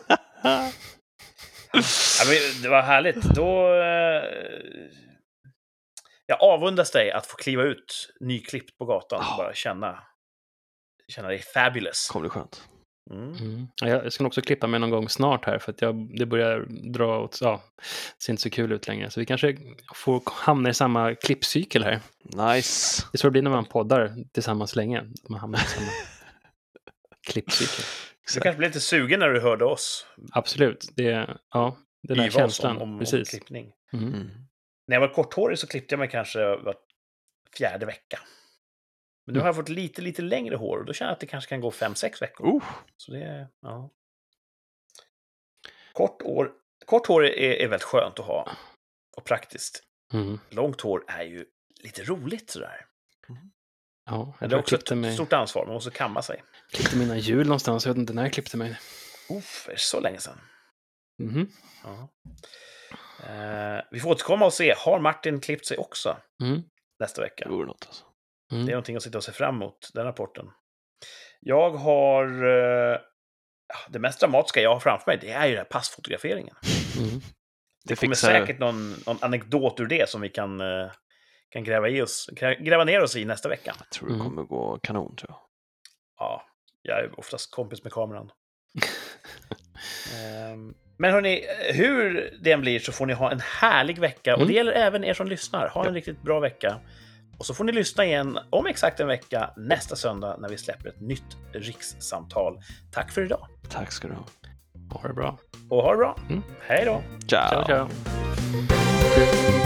Ja, men det var härligt. Då... Eh, jag avundas dig att få kliva ut nyklippt på gatan och bara känna, känna dig fabulous. Kommer det skönt. Mm. Mm. Ja, jag ska nog också klippa mig någon gång snart här för att jag, det börjar dra åt, ja, ser inte så kul ut längre. Så vi kanske får hamna i samma klippcykel här. Nice. Det är så det blir när man poddar tillsammans länge. Att man hamnar i samma klippcykel. Du kanske blir lite sugen när du hörde oss. Absolut. Det, ja, den där yva oss känslan. om, om, Precis. om klippning. Mm. Mm. När jag var korthårig så klippte jag mig kanske var fjärde vecka. Men nu har jag fått lite, lite längre hår och då känner jag att det kanske kan gå fem, sex veckor. Uh. Så det är, ja. Kort, år, kort hår är, är väldigt skönt att ha. Och praktiskt. Mm. Långt hår är ju lite roligt sådär. Ja, Men jag det är tror jag också klippte, ett mig, stort ansvar, man måste kamma sig. klippte mina hjul någonstans. Jag vet inte när jag klippte mig. Uff, det är så länge sedan. Mhm. Ja. Eh, vi får återkomma och se, har Martin klippt sig också Mm. nästa vecka? Det vore något alltså. Mm. Det är någonting att sitta och se fram emot, den rapporten. Jag har... Eh, det mest dramatiska jag har framför mig, det är ju den här passfotograferingen. Mm. Det kommer fixar- säkert någon, någon anekdot ur det som vi kan, eh, kan gräva, i oss, gräva ner oss i nästa vecka. Jag tror det Mm. kommer gå kanon, tror jag. Ja, jag är oftast kompis med kameran. Ehm, Men hörni, hur det än blir så får ni ha en härlig vecka. Och Mm. det gäller även er som lyssnar. Ha en riktigt bra vecka. Och så får ni lyssna igen om exakt en vecka nästa söndag när vi släpper ett nytt rikssamtal. Tack för idag. Tack ska du ha. Ha det bra. Och ha det bra. Mm. Hej då. Ciao. Ciao, ciao.